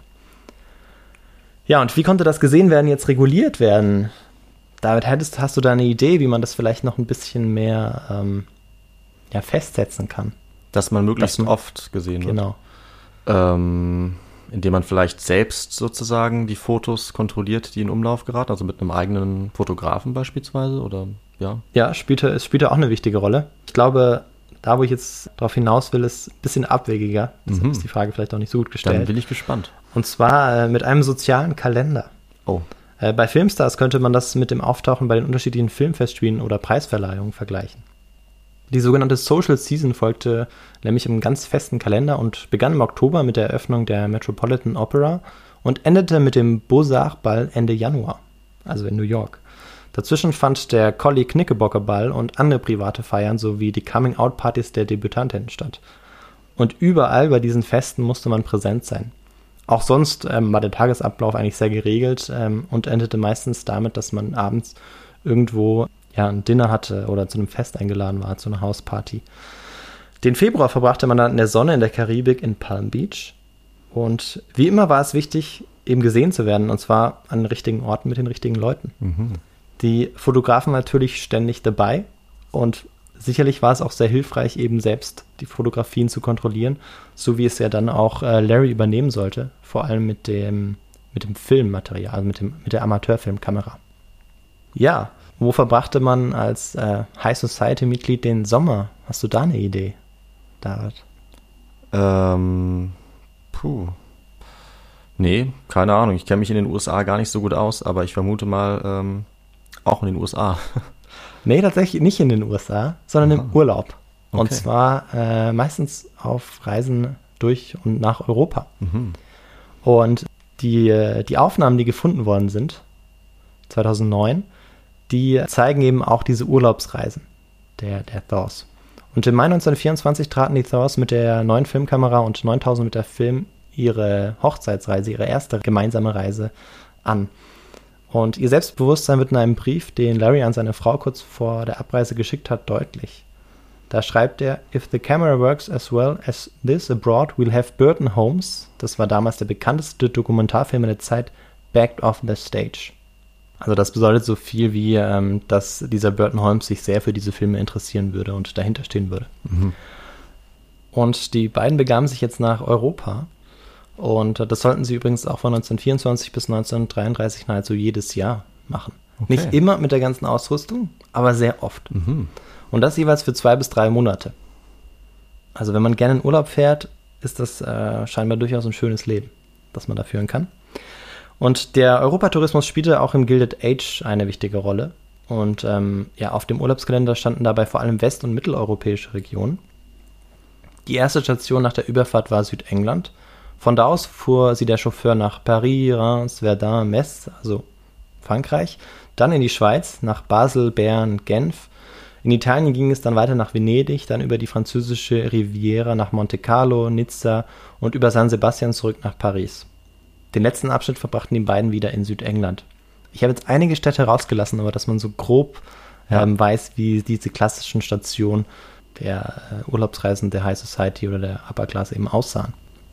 Ja, und wie konnte das Gesehen-werden jetzt reguliert werden? David, hast du da eine Idee, wie man das vielleicht noch ein bisschen mehr festsetzen kann? Dass man möglichst oft gesehen wird. Genau. Indem man vielleicht selbst sozusagen die Fotos kontrolliert, die in Umlauf geraten, also mit einem eigenen Fotografen beispielsweise, oder ja? Ja, es spielte auch eine wichtige Rolle. Ich glaube, da, wo ich jetzt drauf hinaus will, ist ein bisschen abwegiger. Deshalb ist die Frage vielleicht auch nicht so gut gestellt. Dann bin ich gespannt. Und zwar mit einem sozialen Kalender. Oh. Bei Filmstars könnte man das mit dem Auftauchen bei den unterschiedlichen Filmfestspielen oder Preisverleihungen vergleichen. Die sogenannte Social Season folgte nämlich im ganz festen Kalender und begann im Oktober mit der Eröffnung der Metropolitan Opera und endete mit dem Beaux-Arts-Ball Ende Januar, also in New York. Dazwischen fand der Collie-Knickerbocker-Ball und andere private Feiern sowie die Coming-out-Partys der Debütantinnen statt. Und überall bei diesen Festen musste man präsent sein. Auch sonst war der Tagesablauf eigentlich sehr geregelt und endete meistens damit, dass man abends irgendwo ein Dinner hatte oder zu einem Fest eingeladen war, zu einer Hausparty. Den Februar verbrachte man dann in der Sonne in der Karibik in Palm Beach. Und wie immer war es wichtig, eben gesehen zu werden, und zwar an den richtigen Orten mit den richtigen Leuten. Die Fotografen natürlich ständig dabei, und sicherlich war es auch sehr hilfreich, eben selbst die Fotografien zu kontrollieren, so wie es ja dann auch Larry übernehmen sollte, vor allem mit dem Filmmaterial, also mit der Amateurfilmkamera. Ja, wo verbrachte man als High Society-Mitglied den Sommer? Hast du da eine Idee, David? Nee, keine Ahnung. Ich kenne mich in den USA gar nicht so gut aus, aber ich vermute mal auch in den USA. Nee, tatsächlich nicht in den USA, sondern im Urlaub. Okay. Und zwar meistens auf Reisen durch und nach Europa. Und die Aufnahmen, die gefunden worden sind, 2009, die zeigen eben auch diese Urlaubsreisen der Thaws. Und im Mai 1924 traten die Thaws mit der neuen Filmkamera und 9000 mit der Film ihre Hochzeitsreise, ihre erste gemeinsame Reise an. Und ihr Selbstbewusstsein wird in einem Brief, den Larry an seine Frau kurz vor der Abreise geschickt hat, deutlich. Da schreibt er: If the camera works as well as this abroad, we'll have Burton Holmes, das war damals der bekannteste Dokumentarfilm der Zeit, backed off the stage. Also das bedeutet so viel wie, dass dieser Burton Holmes sich sehr für diese Filme interessieren würde und dahinter stehen würde. Und die beiden begaben sich jetzt nach Europa. Und das sollten sie übrigens auch von 1924 bis 1933 nahezu jedes Jahr machen. Okay. Nicht immer mit der ganzen Ausrüstung, aber sehr oft. Und das jeweils für 2 bis 3 Monate. Also wenn man gerne in Urlaub fährt, ist das scheinbar durchaus ein schönes Leben, das man da führen kann. Und der Europatourismus spielte auch im Gilded Age eine wichtige Rolle. Und auf dem Urlaubskalender standen dabei vor allem west- und mitteleuropäische Regionen. Die erste Station nach der Überfahrt war Südengland. Von da aus fuhr sie der Chauffeur nach Paris, Reims, Verdun, Metz, also Frankreich, dann in die Schweiz, nach Basel, Bern, Genf. In Italien ging es dann weiter nach Venedig, dann über die französische Riviera nach Monte Carlo, Nizza und über San Sebastian zurück nach Paris. Den letzten Abschnitt verbrachten die beiden wieder in Südengland. Ich habe jetzt einige Städte rausgelassen, aber dass man so grob weiß, wie diese klassischen Stationen der Urlaubsreisen der High Society oder der Upper Class eben aussahen.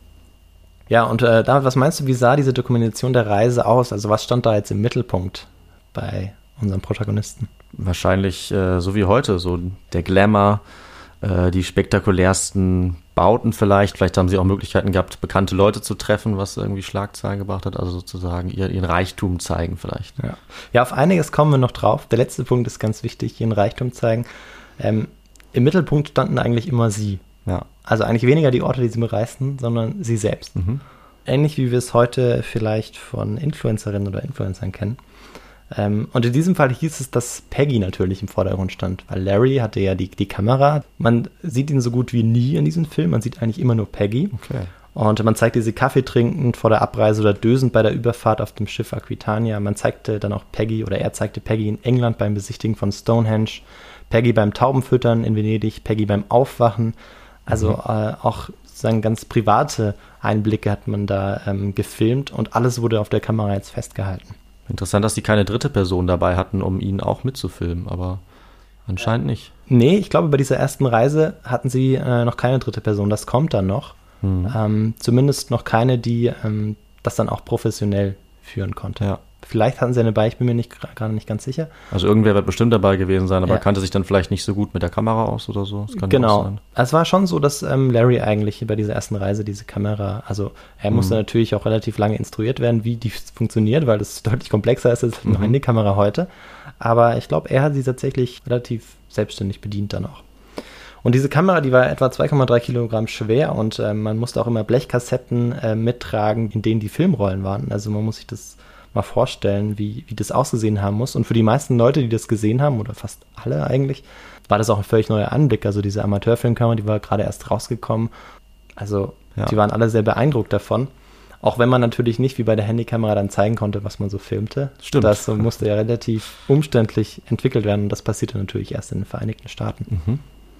Ja, und David, was meinst du, wie sah diese Dokumentation der Reise aus? Also was stand da jetzt im Mittelpunkt bei unserem Protagonisten? Wahrscheinlich so wie heute, so der Glamour, die spektakulärsten Bauten vielleicht. Vielleicht haben sie auch Möglichkeiten gehabt, bekannte Leute zu treffen, was irgendwie Schlagzeilen gebracht hat. Also sozusagen ihren Reichtum zeigen vielleicht. Ja, auf einiges kommen wir noch drauf. Der letzte Punkt ist ganz wichtig, ihren Reichtum zeigen. Im Mittelpunkt standen eigentlich immer sie. Ja. Also eigentlich weniger die Orte, die sie bereisten, sondern sie selbst. Ähnlich wie wir es heute vielleicht von Influencerinnen oder Influencern kennen. Und in diesem Fall hieß es, dass Peggy natürlich im Vordergrund stand, weil Larry hatte ja die Kamera. Man sieht ihn so gut wie nie in diesem Film, man sieht eigentlich immer nur Peggy. Okay. Und man zeigte sie Kaffee trinkend vor der Abreise oder dösend bei der Überfahrt auf dem Schiff Aquitania. Man zeigte dann auch Peggy, oder er zeigte Peggy in England beim Besichtigen von Stonehenge, Peggy beim Taubenfüttern in Venedig, Peggy beim Aufwachen. Also auch sozusagen ganz private Einblicke hat man da gefilmt und alles wurde auf der Kamera jetzt festgehalten. Interessant, dass die keine dritte Person dabei hatten, um ihn auch mitzufilmen, aber anscheinend nicht. Nee, ich glaube, bei dieser ersten Reise hatten sie noch keine dritte Person. Das kommt dann noch. Zumindest noch keine, die das dann auch professionell führen konnte. Ja. Vielleicht hatten sie eine bei, ich bin mir gerade nicht ganz sicher. Also irgendwer wird bestimmt dabei gewesen sein, aber kannte sich dann vielleicht nicht so gut mit der Kamera aus oder so. Das kann Genau. auch sein. Es war schon so, dass Larry eigentlich bei dieser ersten Reise diese Kamera, also er musste natürlich auch relativ lange instruiert werden, wie die funktioniert, weil das deutlich komplexer ist als eine Handykamera heute. Aber ich glaube, er hat sie tatsächlich relativ selbstständig bedient dann auch. Und diese Kamera, die war etwa 2,3 Kilogramm schwer und man musste auch immer Blechkassetten mittragen, in denen die Filmrollen waren. Also man muss sich das mal vorstellen, wie das ausgesehen haben muss. Und für die meisten Leute, die das gesehen haben, oder fast alle eigentlich, war das auch ein völlig neuer Anblick. Also diese Amateurfilmkamera, die war gerade erst rausgekommen. Also die waren alle sehr beeindruckt davon. Auch wenn man natürlich nicht wie bei der Handykamera dann zeigen konnte, was man so filmte. Stimmt. Das musste ja relativ umständlich entwickelt werden. Und das passierte natürlich erst in den Vereinigten Staaten.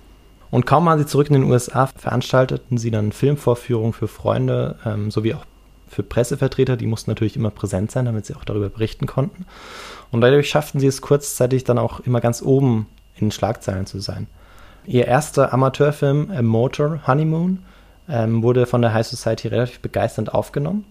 Und kaum waren sie zurück in den USA, veranstalteten sie dann Filmvorführungen für Freunde, sowie auch für Pressevertreter. Die mussten natürlich immer präsent sein, damit sie auch darüber berichten konnten. Und dadurch schafften sie es kurzzeitig dann auch immer ganz oben in den Schlagzeilen zu sein. Ihr erster Amateurfilm, A Motor Honeymoon, wurde von der High Society relativ begeisternd aufgenommen.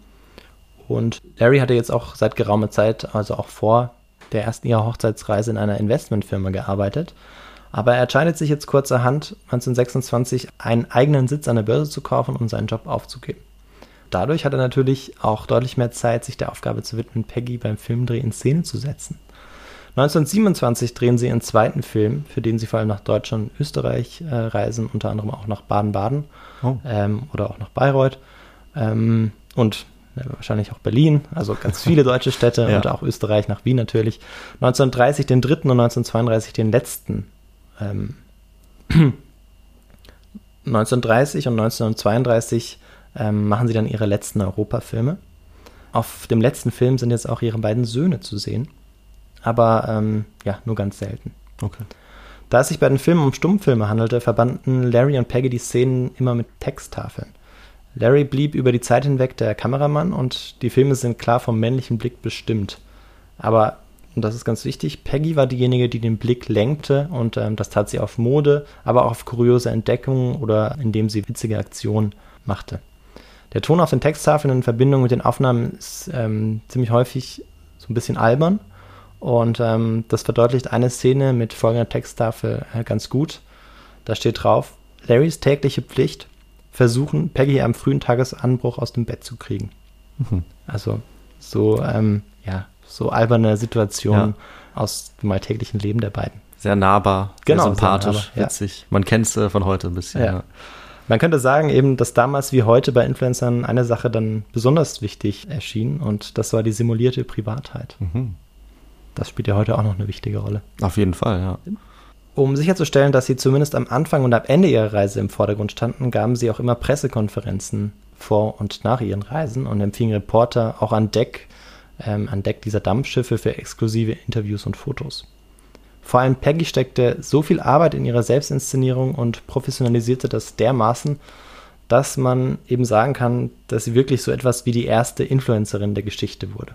Und Larry hatte jetzt auch seit geraumer Zeit, also auch vor der ersten ihrer Hochzeitsreise, in einer Investmentfirma gearbeitet. Aber er entscheidet sich jetzt kurzerhand, 1926 einen eigenen Sitz an der Börse zu kaufen und seinen Job aufzugeben. Dadurch hat er natürlich auch deutlich mehr Zeit, sich der Aufgabe zu widmen, Peggy beim Filmdreh in Szene zu setzen. 1927 drehen sie ihren zweiten Film, für den sie vor allem nach Deutschland und Österreich reisen, unter anderem auch nach Baden-Baden oder auch nach Bayreuth und wahrscheinlich auch Berlin, also ganz viele deutsche Städte und auch Österreich, nach Wien natürlich. 1930 den dritten und 1932 den letzten. 1930 und 1932 machen sie dann ihre letzten Europafilme. Auf dem letzten Film sind jetzt auch ihre beiden Söhne zu sehen, aber nur ganz selten. Okay. Da es sich bei den Filmen um Stummfilme handelte, verbanden Larry und Peggy die Szenen immer mit Texttafeln. Larry blieb über die Zeit hinweg der Kameramann und die Filme sind klar vom männlichen Blick bestimmt. Aber, und das ist ganz wichtig, Peggy war diejenige, die den Blick lenkte und das tat sie auf Mode, aber auch auf kuriose Entdeckungen oder indem sie witzige Aktionen machte. Der Ton auf den Texttafeln in Verbindung mit den Aufnahmen ist ziemlich häufig so ein bisschen albern und das verdeutlicht eine Szene mit folgender Texttafel ganz gut. Da steht drauf: Larrys tägliche Pflicht, versuchen, Peggy am frühen Tagesanbruch aus dem Bett zu kriegen. Also so alberne Situationen aus dem alltäglichen Leben der beiden. Sehr nahbar, genau, sehr sympathisch, sehr nahbar, witzig. Man kennt es von heute ein bisschen. Ja. Man könnte sagen eben, dass damals wie heute bei Influencern eine Sache dann besonders wichtig erschien und das war die simulierte Privatheit. Das spielt ja heute auch noch eine wichtige Rolle. Auf jeden Fall, ja. Um sicherzustellen, dass sie zumindest am Anfang und am Ende ihrer Reise im Vordergrund standen, gaben sie auch immer Pressekonferenzen vor und nach ihren Reisen und empfingen Reporter auch an Deck dieser Dampfschiffe für exklusive Interviews und Fotos. Vor allem Peggy steckte so viel Arbeit in ihrer Selbstinszenierung und professionalisierte das dermaßen, dass man eben sagen kann, dass sie wirklich so etwas wie die erste Influencerin der Geschichte wurde.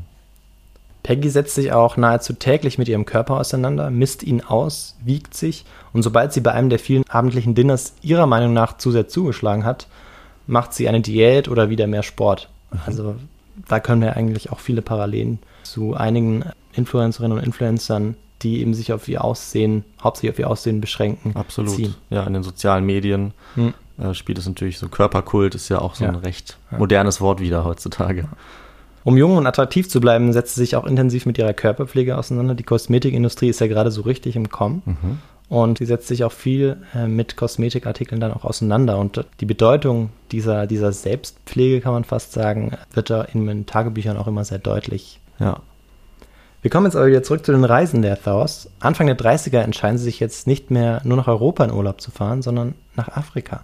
Peggy setzt sich auch nahezu täglich mit ihrem Körper auseinander, misst ihn aus, wiegt sich und sobald sie bei einem der vielen abendlichen Dinners ihrer Meinung nach zu sehr zugeschlagen hat, macht sie eine Diät oder wieder mehr Sport. Also da können wir eigentlich auch viele Parallelen zu einigen Influencerinnen und Influencern, die eben sich auf ihr Aussehen, hauptsächlich auf ihr Aussehen beschränken. Absolut. Ziehen. Ja, in den sozialen Medien spielt es natürlich so. Körperkult ist ja auch so ein recht modernes Wort wieder heutzutage. Um jung und attraktiv zu bleiben, setzt sie sich auch intensiv mit ihrer Körperpflege auseinander. Die Kosmetikindustrie ist ja gerade so richtig im Kommen. Und sie setzt sich auch viel mit Kosmetikartikeln dann auch auseinander. Und die Bedeutung dieser Selbstpflege, kann man fast sagen, wird da in den Tagebüchern auch immer sehr deutlich. Ja. Wir kommen jetzt aber wieder zurück zu den Reisen der Thors. Anfang der 30er entscheiden sie sich jetzt nicht mehr nur nach Europa in Urlaub zu fahren, sondern nach Afrika.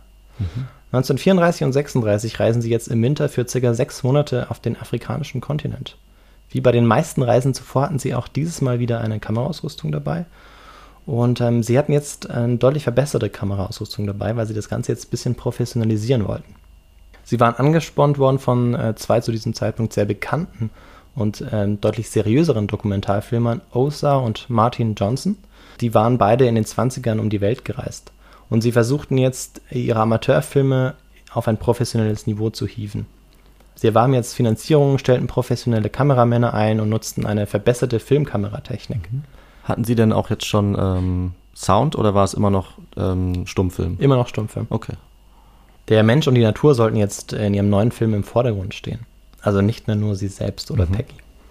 1934 und 36 reisen sie jetzt im Winter für ca. 6 Monate auf den afrikanischen Kontinent. Wie bei den meisten Reisen zuvor hatten sie auch dieses Mal wieder eine Kameraausrüstung dabei. Und sie hatten jetzt eine deutlich verbesserte Kameraausrüstung dabei, weil sie das Ganze jetzt ein bisschen professionalisieren wollten. Sie waren angespornt worden von 2 zu diesem Zeitpunkt sehr bekannten und deutlich seriöseren Dokumentarfilmern, Osa und Martin Johnson. Die waren beide in den 20ern um die Welt gereist. Und sie versuchten jetzt, ihre Amateurfilme auf ein professionelles Niveau zu hieven. Sie erwarben jetzt Finanzierungen, stellten professionelle Kameramänner ein und nutzten eine verbesserte Filmkameratechnik. Hatten Sie denn auch jetzt schon Sound oder war es immer noch Stummfilm? Immer noch Stummfilm. Okay. Der Mensch und die Natur sollten jetzt in ihrem neuen Film im Vordergrund stehen. Also nicht mehr nur sie selbst oder Peggy.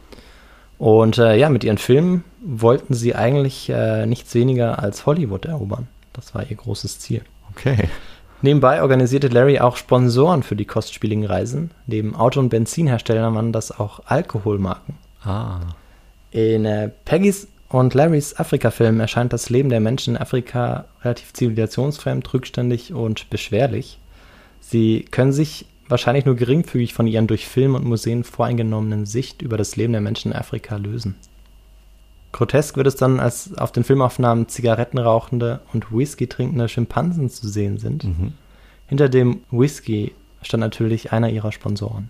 Und mit ihren Filmen wollten sie eigentlich nichts weniger als Hollywood erobern. Das war ihr großes Ziel. Okay. Nebenbei organisierte Larry auch Sponsoren für die kostspieligen Reisen. Neben Auto- und Benzinherstellern waren das auch Alkoholmarken. In Peggys und Larrys Afrika-Film erscheint das Leben der Menschen in Afrika relativ zivilisationsfremd, rückständig und beschwerlich. Sie können sich wahrscheinlich nur geringfügig von ihren durch Film und Museen voreingenommenen Sicht über das Leben der Menschen in Afrika lösen. Grotesk wird es dann, als auf den Filmaufnahmen Zigaretten rauchende und Whisky trinkende Schimpansen zu sehen sind. Hinter dem Whisky stand natürlich einer ihrer Sponsoren.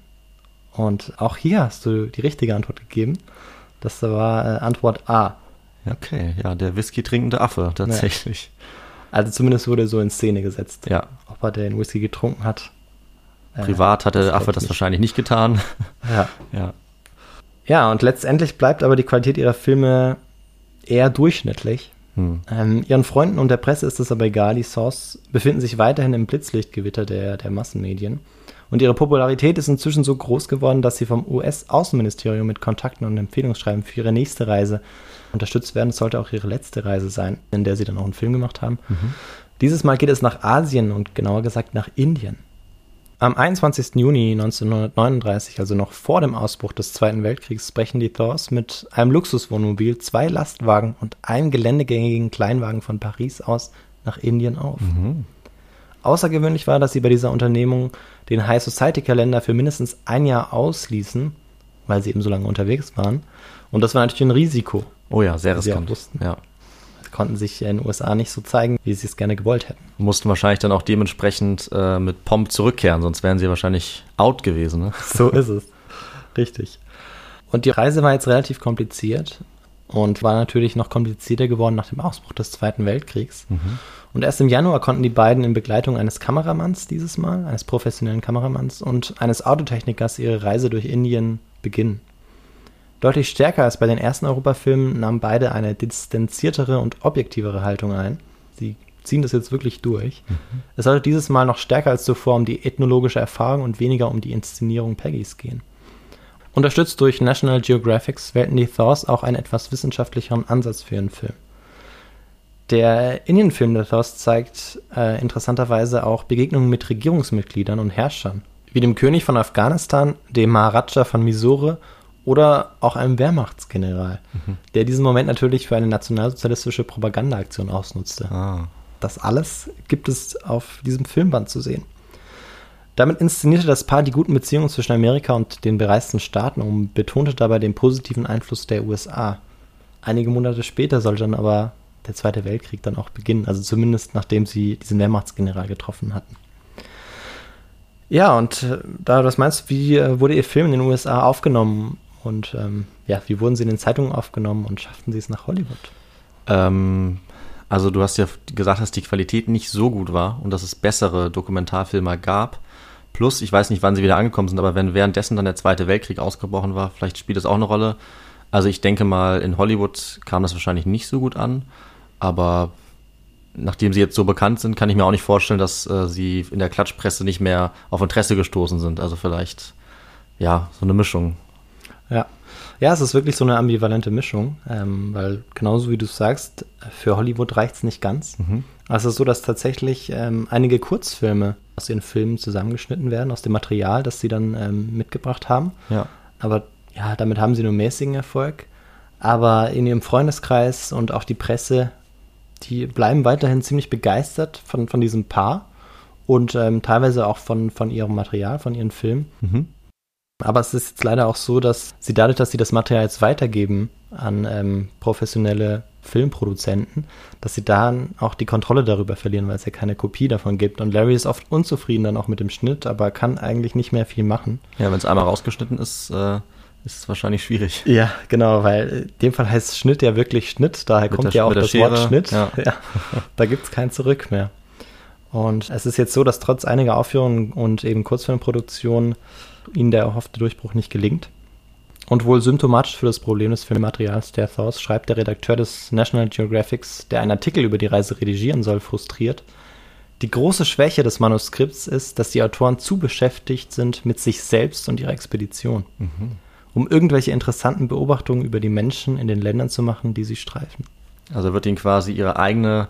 Und auch hier hast du die richtige Antwort gegeben. Das war Antwort A. Okay, ja, der Whisky trinkende Affe, tatsächlich. Also zumindest wurde so in Szene gesetzt. Ja. Ob er den Whisky getrunken hat. Privat hat der Affe das wahrscheinlich nicht getan. Ja. Ja, und letztendlich bleibt aber die Qualität ihrer Filme eher durchschnittlich. Ihren Freunden und der Presse ist es aber egal. Die Thors befinden sich weiterhin im Blitzlichtgewitter der Massenmedien. Und ihre Popularität ist inzwischen so groß geworden, dass sie vom US-Außenministerium mit Kontakten und Empfehlungsschreiben für ihre nächste Reise unterstützt werden. Das sollte auch ihre letzte Reise sein, in der sie dann auch einen Film gemacht haben. Dieses Mal geht es nach Asien und genauer gesagt nach Indien. Am 21. Juni 1939, also noch vor dem Ausbruch des Zweiten Weltkriegs, brechen die Thors mit einem Luxuswohnmobil, 2 Lastwagen und einem geländegängigen Kleinwagen von Paris aus nach Indien auf. Außergewöhnlich war, dass sie bei dieser Unternehmung den High-Society-Kalender für mindestens ein Jahr ausließen, weil sie eben so lange unterwegs waren. Und das war natürlich ein Risiko. Oh ja, sehr Sie auch riskant. wussten. Ja. Sie konnten sich in den USA nicht so zeigen, wie sie es gerne gewollt hätten. Mussten wahrscheinlich dann auch dementsprechend mit Pomp zurückkehren, sonst wären sie wahrscheinlich out gewesen. Ne? So ist es. Richtig. Und die Reise war jetzt relativ kompliziert und war natürlich noch komplizierter geworden nach dem Ausbruch des Zweiten Weltkriegs. Und erst im Januar konnten die beiden in Begleitung eines Kameramanns dieses Mal, eines professionellen Kameramanns und eines Autotechnikers ihre Reise durch Indien beginnen. Deutlich stärker als bei den ersten Europafilmen nahmen beide eine distanziertere und objektivere Haltung ein. Sie ziehen das jetzt wirklich durch. Es sollte dieses Mal noch stärker als zuvor um die ethnologische Erfahrung und weniger um die Inszenierung Peggys gehen. Unterstützt durch National Geographic wählten die Thors auch einen etwas wissenschaftlicheren Ansatz für ihren Film. Der Indienfilm The Thost zeigt interessanterweise auch Begegnungen mit Regierungsmitgliedern und Herrschern, wie dem König von Afghanistan, dem Maharaja von Mysore oder auch einem Wehrmachtsgeneral, der diesen Moment natürlich für eine nationalsozialistische Propagandaaktion ausnutzte. Das alles gibt es auf diesem Filmband zu sehen. Damit inszenierte das Paar die guten Beziehungen zwischen Amerika und den bereisten Staaten und betonte dabei den positiven Einfluss der USA. Einige Monate später sollte dann aber der Zweite Weltkrieg dann auch beginnen, also zumindest nachdem sie diesen Wehrmachtsgeneral getroffen hatten. Ja, und da du das meinst, wie wurde Ihr Film in den USA aufgenommen und wie wurden Sie in den Zeitungen aufgenommen und schafften Sie es nach Hollywood? Also du hast ja gesagt, dass die Qualität nicht so gut war und dass es bessere Dokumentarfilme gab. Plus, ich weiß nicht, wann sie wieder angekommen sind, aber wenn währenddessen dann der Zweite Weltkrieg ausgebrochen war, vielleicht spielt das auch eine Rolle. Also ich denke mal, in Hollywood kam das wahrscheinlich nicht so gut an, aber nachdem sie jetzt so bekannt sind, kann ich mir auch nicht vorstellen, dass sie in der Klatschpresse nicht mehr auf Interesse gestoßen sind. Also vielleicht, ja, so eine Mischung. Ja, es ist wirklich so eine ambivalente Mischung, weil genauso wie du sagst, für Hollywood reicht es nicht ganz. Also es ist so, dass tatsächlich einige Kurzfilme aus ihren Filmen zusammengeschnitten werden, aus dem Material, das sie dann mitgebracht haben. Ja. Aber ja, damit haben sie nur mäßigen Erfolg. Aber in ihrem Freundeskreis und auch die Presse, die bleiben weiterhin ziemlich begeistert von diesem Paar und teilweise auch von ihrem Material, von ihren Filmen. Aber es ist jetzt leider auch so, dass sie dadurch, dass sie das Material jetzt weitergeben an professionelle Filmproduzenten, dass sie dann auch die Kontrolle darüber verlieren, weil es ja keine Kopie davon gibt. Und Larry ist oft unzufrieden dann auch mit dem Schnitt, aber kann eigentlich nicht mehr viel machen. Ja, wenn es einmal rausgeschnitten ist, ist es wahrscheinlich schwierig. Ja, genau, weil in dem Fall heißt Schnitt ja wirklich Schnitt, daher kommt ja auch das Wort Schnitt. Ja. Da gibt es kein Zurück mehr. Und es ist jetzt so, dass trotz einiger Aufführungen und eben Kurzfilmproduktionen ihnen der erhoffte Durchbruch nicht gelingt. Und wohl symptomatisch für das Problem des Filmmaterials der Thost schreibt der Redakteur des National Geographics, der einen Artikel über die Reise redigieren soll, frustriert: Die große Schwäche des Manuskripts ist, dass die Autoren zu beschäftigt sind mit sich selbst und ihrer Expedition, um irgendwelche interessanten Beobachtungen über die Menschen in den Ländern zu machen, die sie streifen. Also wird ihnen quasi ihr eigener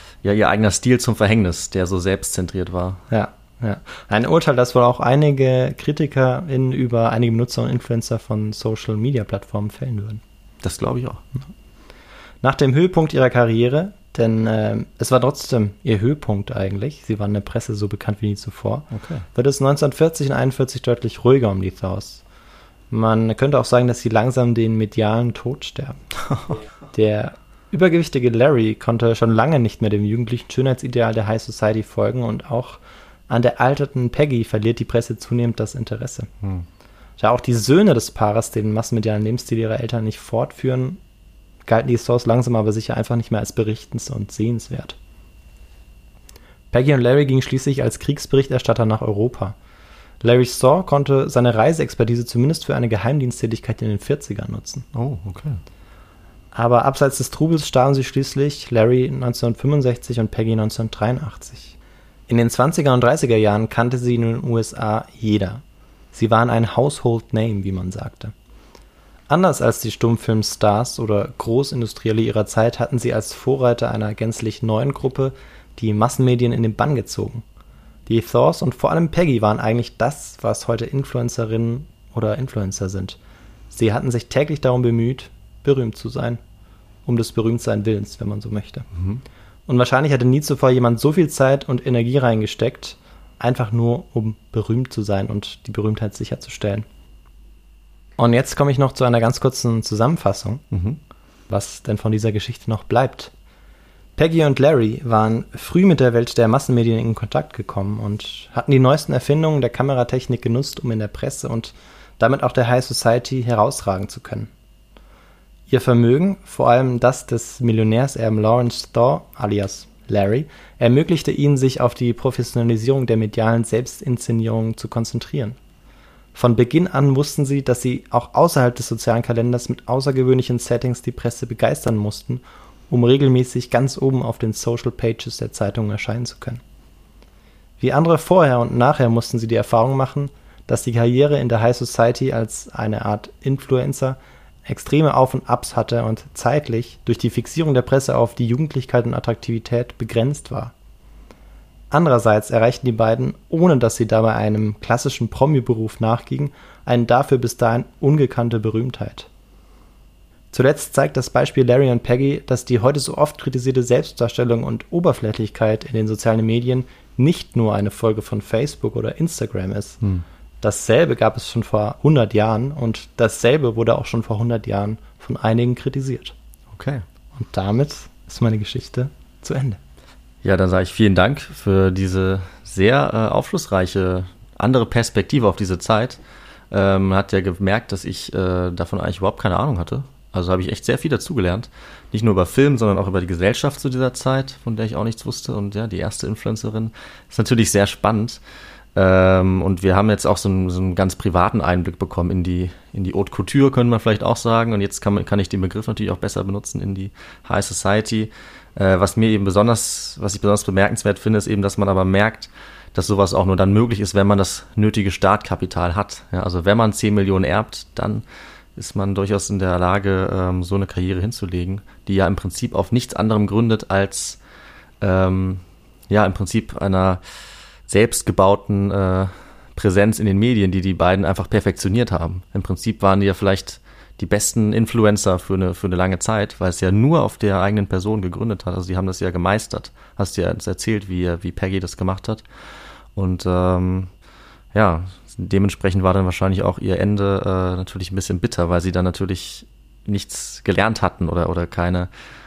Stil zum Verhängnis, der so selbstzentriert war. Ja. Ein Urteil, das wohl auch einige KritikerInnen über einige Benutzer und Influencer von Social-Media-Plattformen fällen würden. Das glaube ich auch. Nach dem Höhepunkt ihrer Karriere, denn es war trotzdem ihr Höhepunkt eigentlich, sie waren in der Presse so bekannt wie nie zuvor, wird es 1940 und 1941 deutlich ruhiger um die Thost. Man könnte auch sagen, dass sie langsam den medialen Tod sterben. Der übergewichtige Larry konnte schon lange nicht mehr dem jugendlichen Schönheitsideal der High Society folgen und auch an der alternden Peggy verliert die Presse zunehmend das Interesse. Da auch die Söhne des Paares den massenmedialen Lebensstil ihrer Eltern nicht fortführen, galten die Stores langsam aber sicher einfach nicht mehr als berichtens- und sehenswert. Peggy und Larry gingen schließlich als Kriegsberichterstatter nach Europa. Larry Starr konnte seine Reiseexpertise zumindest für eine Geheimdiensttätigkeit in den 40ern nutzen. Oh, okay. Aber abseits des Trubels starben sie schließlich, Larry 1965 und Peggy 1983. In den 20er und 30er Jahren kannte sie in den USA jeder. Sie waren ein Household Name, wie man sagte. Anders als die Stummfilmstars oder Großindustrielle ihrer Zeit hatten sie als Vorreiter einer gänzlich neuen Gruppe die Massenmedien in den Bann gezogen. Die Thost und vor allem Peggy waren eigentlich das, was heute Influencerinnen oder Influencer sind. Sie hatten sich täglich darum bemüht, berühmt zu sein. Um des Berühmtsein Willens, wenn man so möchte. Und wahrscheinlich hatte nie zuvor jemand so viel Zeit und Energie reingesteckt, einfach nur um berühmt zu sein und die Berühmtheit sicherzustellen. Und jetzt komme ich noch zu einer ganz kurzen Zusammenfassung, was denn von dieser Geschichte noch bleibt. Peggy und Larry waren früh mit der Welt der Massenmedien in Kontakt gekommen und hatten die neuesten Erfindungen der Kameratechnik genutzt, um in der Presse und damit auch der High Society herausragen zu können. Ihr Vermögen, vor allem das des Millionärserben Lawrence Starr, alias Larry, ermöglichte ihnen, sich auf die Professionalisierung der medialen Selbstinszenierung zu konzentrieren. Von Beginn an wussten sie, dass sie auch außerhalb des sozialen Kalenders mit außergewöhnlichen Settings die Presse begeistern mussten, um regelmäßig ganz oben auf den Social Pages der Zeitungen erscheinen zu können. Wie andere vorher und nachher mussten sie die Erfahrung machen, dass die Karriere in der High Society als eine Art Influencer extreme Auf und Abs hatte und zeitlich durch die Fixierung der Presse auf die Jugendlichkeit und Attraktivität begrenzt war. Andererseits erreichten die beiden, ohne dass sie dabei einem klassischen Promi-Beruf nachgingen, eine dafür bis dahin ungekannte Berühmtheit. Zuletzt zeigt das Beispiel Larry und Peggy, dass die heute so oft kritisierte Selbstdarstellung und Oberflächlichkeit in den sozialen Medien nicht nur eine Folge von Facebook oder Instagram ist. Dasselbe gab es schon vor 100 Jahren und dasselbe wurde auch schon vor 100 Jahren von einigen kritisiert. Okay. Und damit ist meine Geschichte zu Ende. Ja, dann sage ich vielen Dank für diese sehr aufschlussreiche andere Perspektive auf diese Zeit. Man hat ja gemerkt, dass ich davon eigentlich überhaupt keine Ahnung hatte. Also habe ich echt sehr viel dazugelernt. Nicht nur über Film, sondern auch über die Gesellschaft zu dieser Zeit, von der ich auch nichts wusste. Und ja, die erste Influencerin ist natürlich sehr spannend. Und wir haben jetzt auch so einen ganz privaten Einblick bekommen in die Haute Couture, könnte man vielleicht auch sagen. Und jetzt kann ich den Begriff natürlich auch besser benutzen in die High Society. Was ich besonders bemerkenswert finde, ist eben, dass man aber merkt, dass sowas auch nur dann möglich ist, wenn man das nötige Startkapital hat. Ja, also wenn man 10 Millionen erbt, dann ist man durchaus in der Lage, so eine Karriere hinzulegen, die ja im Prinzip auf nichts anderem gründet als im Prinzip einer selbstgebauten Präsenz in den Medien, die beiden einfach perfektioniert haben. Im Prinzip waren die ja vielleicht die besten Influencer für eine lange Zeit, weil es ja nur auf der eigenen Person gegründet hat. Also die haben das ja gemeistert. Hast du ja erzählt, wie Peggy das gemacht hat. Und dementsprechend war dann wahrscheinlich auch ihr Ende natürlich ein bisschen bitter, weil sie dann natürlich nichts gelernt hatten oder keine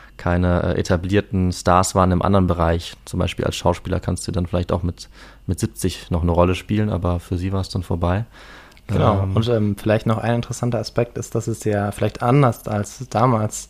etablierten Stars waren im anderen Bereich. Zum Beispiel als Schauspieler kannst du dann vielleicht auch mit 70 noch eine Rolle spielen, aber für sie war es dann vorbei. Genau, und vielleicht noch ein interessanter Aspekt ist, dass es ja vielleicht anders als damals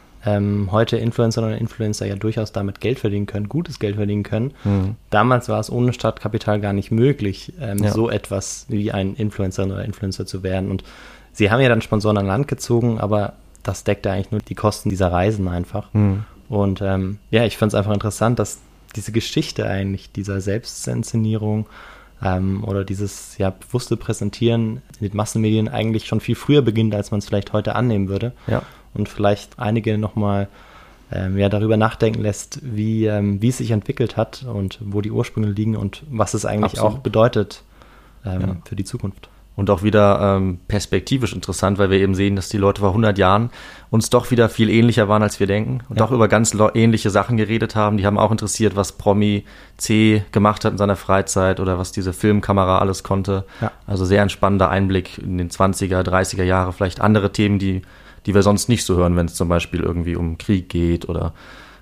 heute Influencerinnen und Influencer ja durchaus damit Geld verdienen können, gutes Geld verdienen können. Damals war es ohne Startkapital gar nicht möglich, so etwas wie ein Influencerin oder Influencer zu werden. Und sie haben ja dann Sponsoren an Land gezogen, aber das deckte eigentlich nur die Kosten dieser Reisen einfach. Und ich fand es einfach interessant, dass diese Geschichte eigentlich dieser Selbstinszenierung oder dieses bewusste Präsentieren in den Massenmedien eigentlich schon viel früher beginnt, als man es vielleicht heute annehmen würde. Ja. Und vielleicht einige nochmal darüber nachdenken lässt, wie es sich entwickelt hat und wo die Ursprünge liegen und was es eigentlich auch bedeutet für die Zukunft. Und auch wieder perspektivisch interessant, weil wir eben sehen, dass die Leute vor 100 Jahren uns doch wieder viel ähnlicher waren, als wir denken und doch über ganz ähnliche Sachen geredet haben. Die haben auch interessiert, was Promi C gemacht hat in seiner Freizeit oder was diese Filmkamera alles konnte. Ja. Also sehr ein spannender Einblick in den 20er, 30er Jahre, vielleicht andere Themen, die wir sonst nicht so hören, wenn es zum Beispiel irgendwie um Krieg geht oder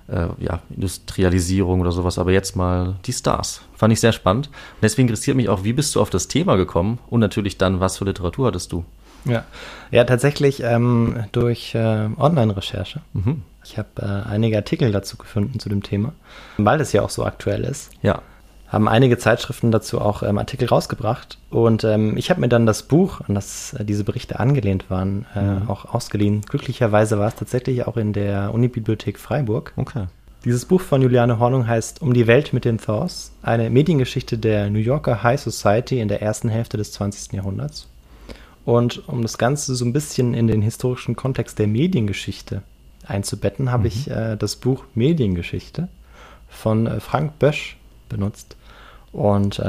Industrialisierung oder sowas, aber jetzt mal die Stars. Fand ich sehr spannend. Und deswegen interessiert mich auch, wie bist du auf das Thema gekommen und natürlich dann, was für Literatur hattest du? Ja, tatsächlich durch Online-Recherche. Ich habe einige Artikel dazu gefunden zu dem Thema, weil es ja auch so aktuell ist. Ja. Haben einige Zeitschriften dazu auch Artikel rausgebracht und ich habe mir dann das Buch, an das diese Berichte angelehnt waren, auch ausgeliehen. Glücklicherweise war es tatsächlich auch in der Unibibliothek Freiburg. Okay. Dieses Buch von Juliane Hornung heißt Um die Welt mit den Thaws, eine Mediengeschichte der New Yorker High Society in der ersten Hälfte des 20. Jahrhunderts. Und um das Ganze so ein bisschen in den historischen Kontext der Mediengeschichte einzubetten, habe ich das Buch Mediengeschichte von Frank Bösch benutzt. Und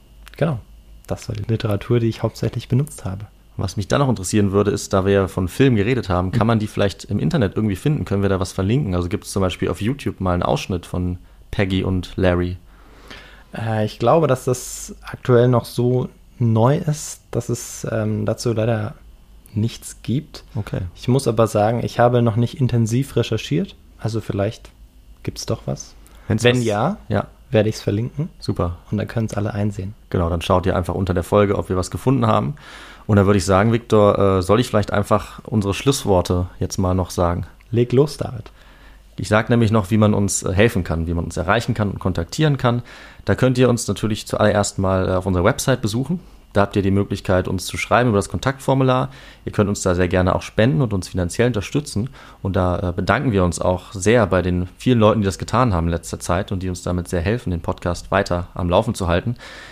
das war die Literatur, die ich hauptsächlich benutzt habe. Was mich dann noch interessieren würde, ist, da wir ja von Filmen geredet haben, kann man die vielleicht im Internet irgendwie finden? Können wir da was verlinken? Also gibt es zum Beispiel auf YouTube mal einen Ausschnitt von Peggy und Larry? Ich glaube, dass das aktuell noch so neu ist, dass es dazu leider nichts gibt. Okay. Ich muss aber sagen, ich habe noch nicht intensiv recherchiert. Also vielleicht gibt es doch was. Wenn ja, werde ich es verlinken. Super. Und dann können es alle einsehen. Genau, dann schaut ihr einfach unter der Folge, ob wir was gefunden haben. Und dann würde ich sagen, Viktor, soll ich vielleicht einfach unsere Schlussworte jetzt mal noch sagen? Leg los, David. Ich sage nämlich noch, wie man uns helfen kann, wie man uns erreichen kann und kontaktieren kann. Da könnt ihr uns natürlich zuallererst mal auf unserer Website besuchen. Da habt ihr die Möglichkeit, uns zu schreiben über das Kontaktformular. Ihr könnt uns da sehr gerne auch spenden und uns finanziell unterstützen. Und da bedanken wir uns auch sehr bei den vielen Leuten, die das getan haben in letzter Zeit und die uns damit sehr helfen, den Podcast weiter am Laufen zu halten.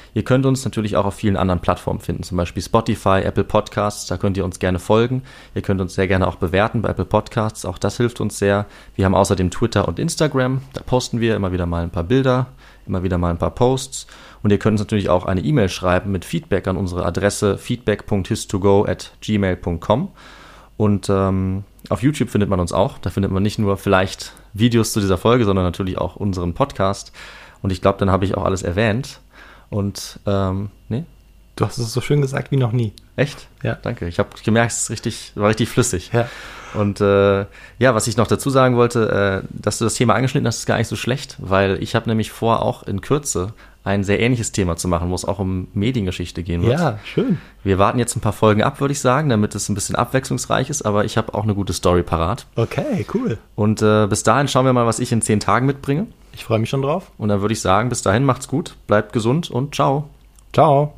Ihr könnt uns natürlich auch auf vielen anderen Plattformen finden, zum Beispiel Spotify, Apple Podcasts, da könnt ihr uns gerne folgen. Ihr könnt uns sehr gerne auch bewerten bei Apple Podcasts, auch das hilft uns sehr. Wir haben außerdem Twitter und Instagram, da posten wir immer wieder mal ein paar Bilder, immer wieder mal ein paar Posts. Und ihr könnt uns natürlich auch eine E-Mail schreiben mit Feedback an unsere Adresse feedback.his2go@gmail.com. Und auf YouTube findet man uns auch. Da findet man nicht nur vielleicht Videos zu dieser Folge, sondern natürlich auch unseren Podcast. Und ich glaube, dann habe ich auch alles erwähnt. Und, nee? Du hast es so schön gesagt wie noch nie. Echt? Ja. Danke. Ich habe gemerkt, es war richtig flüssig. Ja. Und ja, was ich noch dazu sagen wollte, dass du das Thema angeschnitten hast, ist gar nicht so schlecht, weil ich habe nämlich vor, auch in Kürze ein sehr ähnliches Thema zu machen, wo es auch um Mediengeschichte gehen wird. Ja, schön. Wir warten jetzt ein paar Folgen ab, würde ich sagen, damit es ein bisschen abwechslungsreich ist, aber ich habe auch eine gute Story parat. Okay, cool. Und bis dahin schauen wir mal, was ich in 10 Tagen mitbringe. Ich freue mich schon drauf. Und dann würde ich sagen, bis dahin macht's gut, bleibt gesund und ciao. Ciao.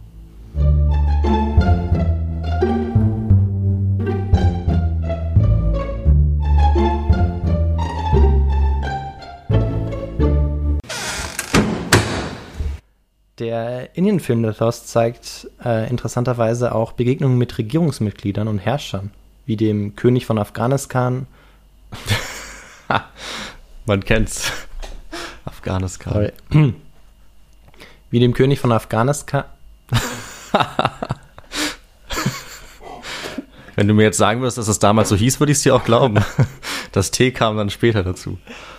Der Indienfilm The Lost zeigt interessanterweise auch Begegnungen mit Regierungsmitgliedern und Herrschern, wie dem König von Afghanistan. Man kennt's. Afghanistan. Sorry. Wie dem König von Afghanistan. Wenn du mir jetzt sagen würdest, dass es damals so hieß, würde ich es dir auch glauben. Das T kam dann später dazu.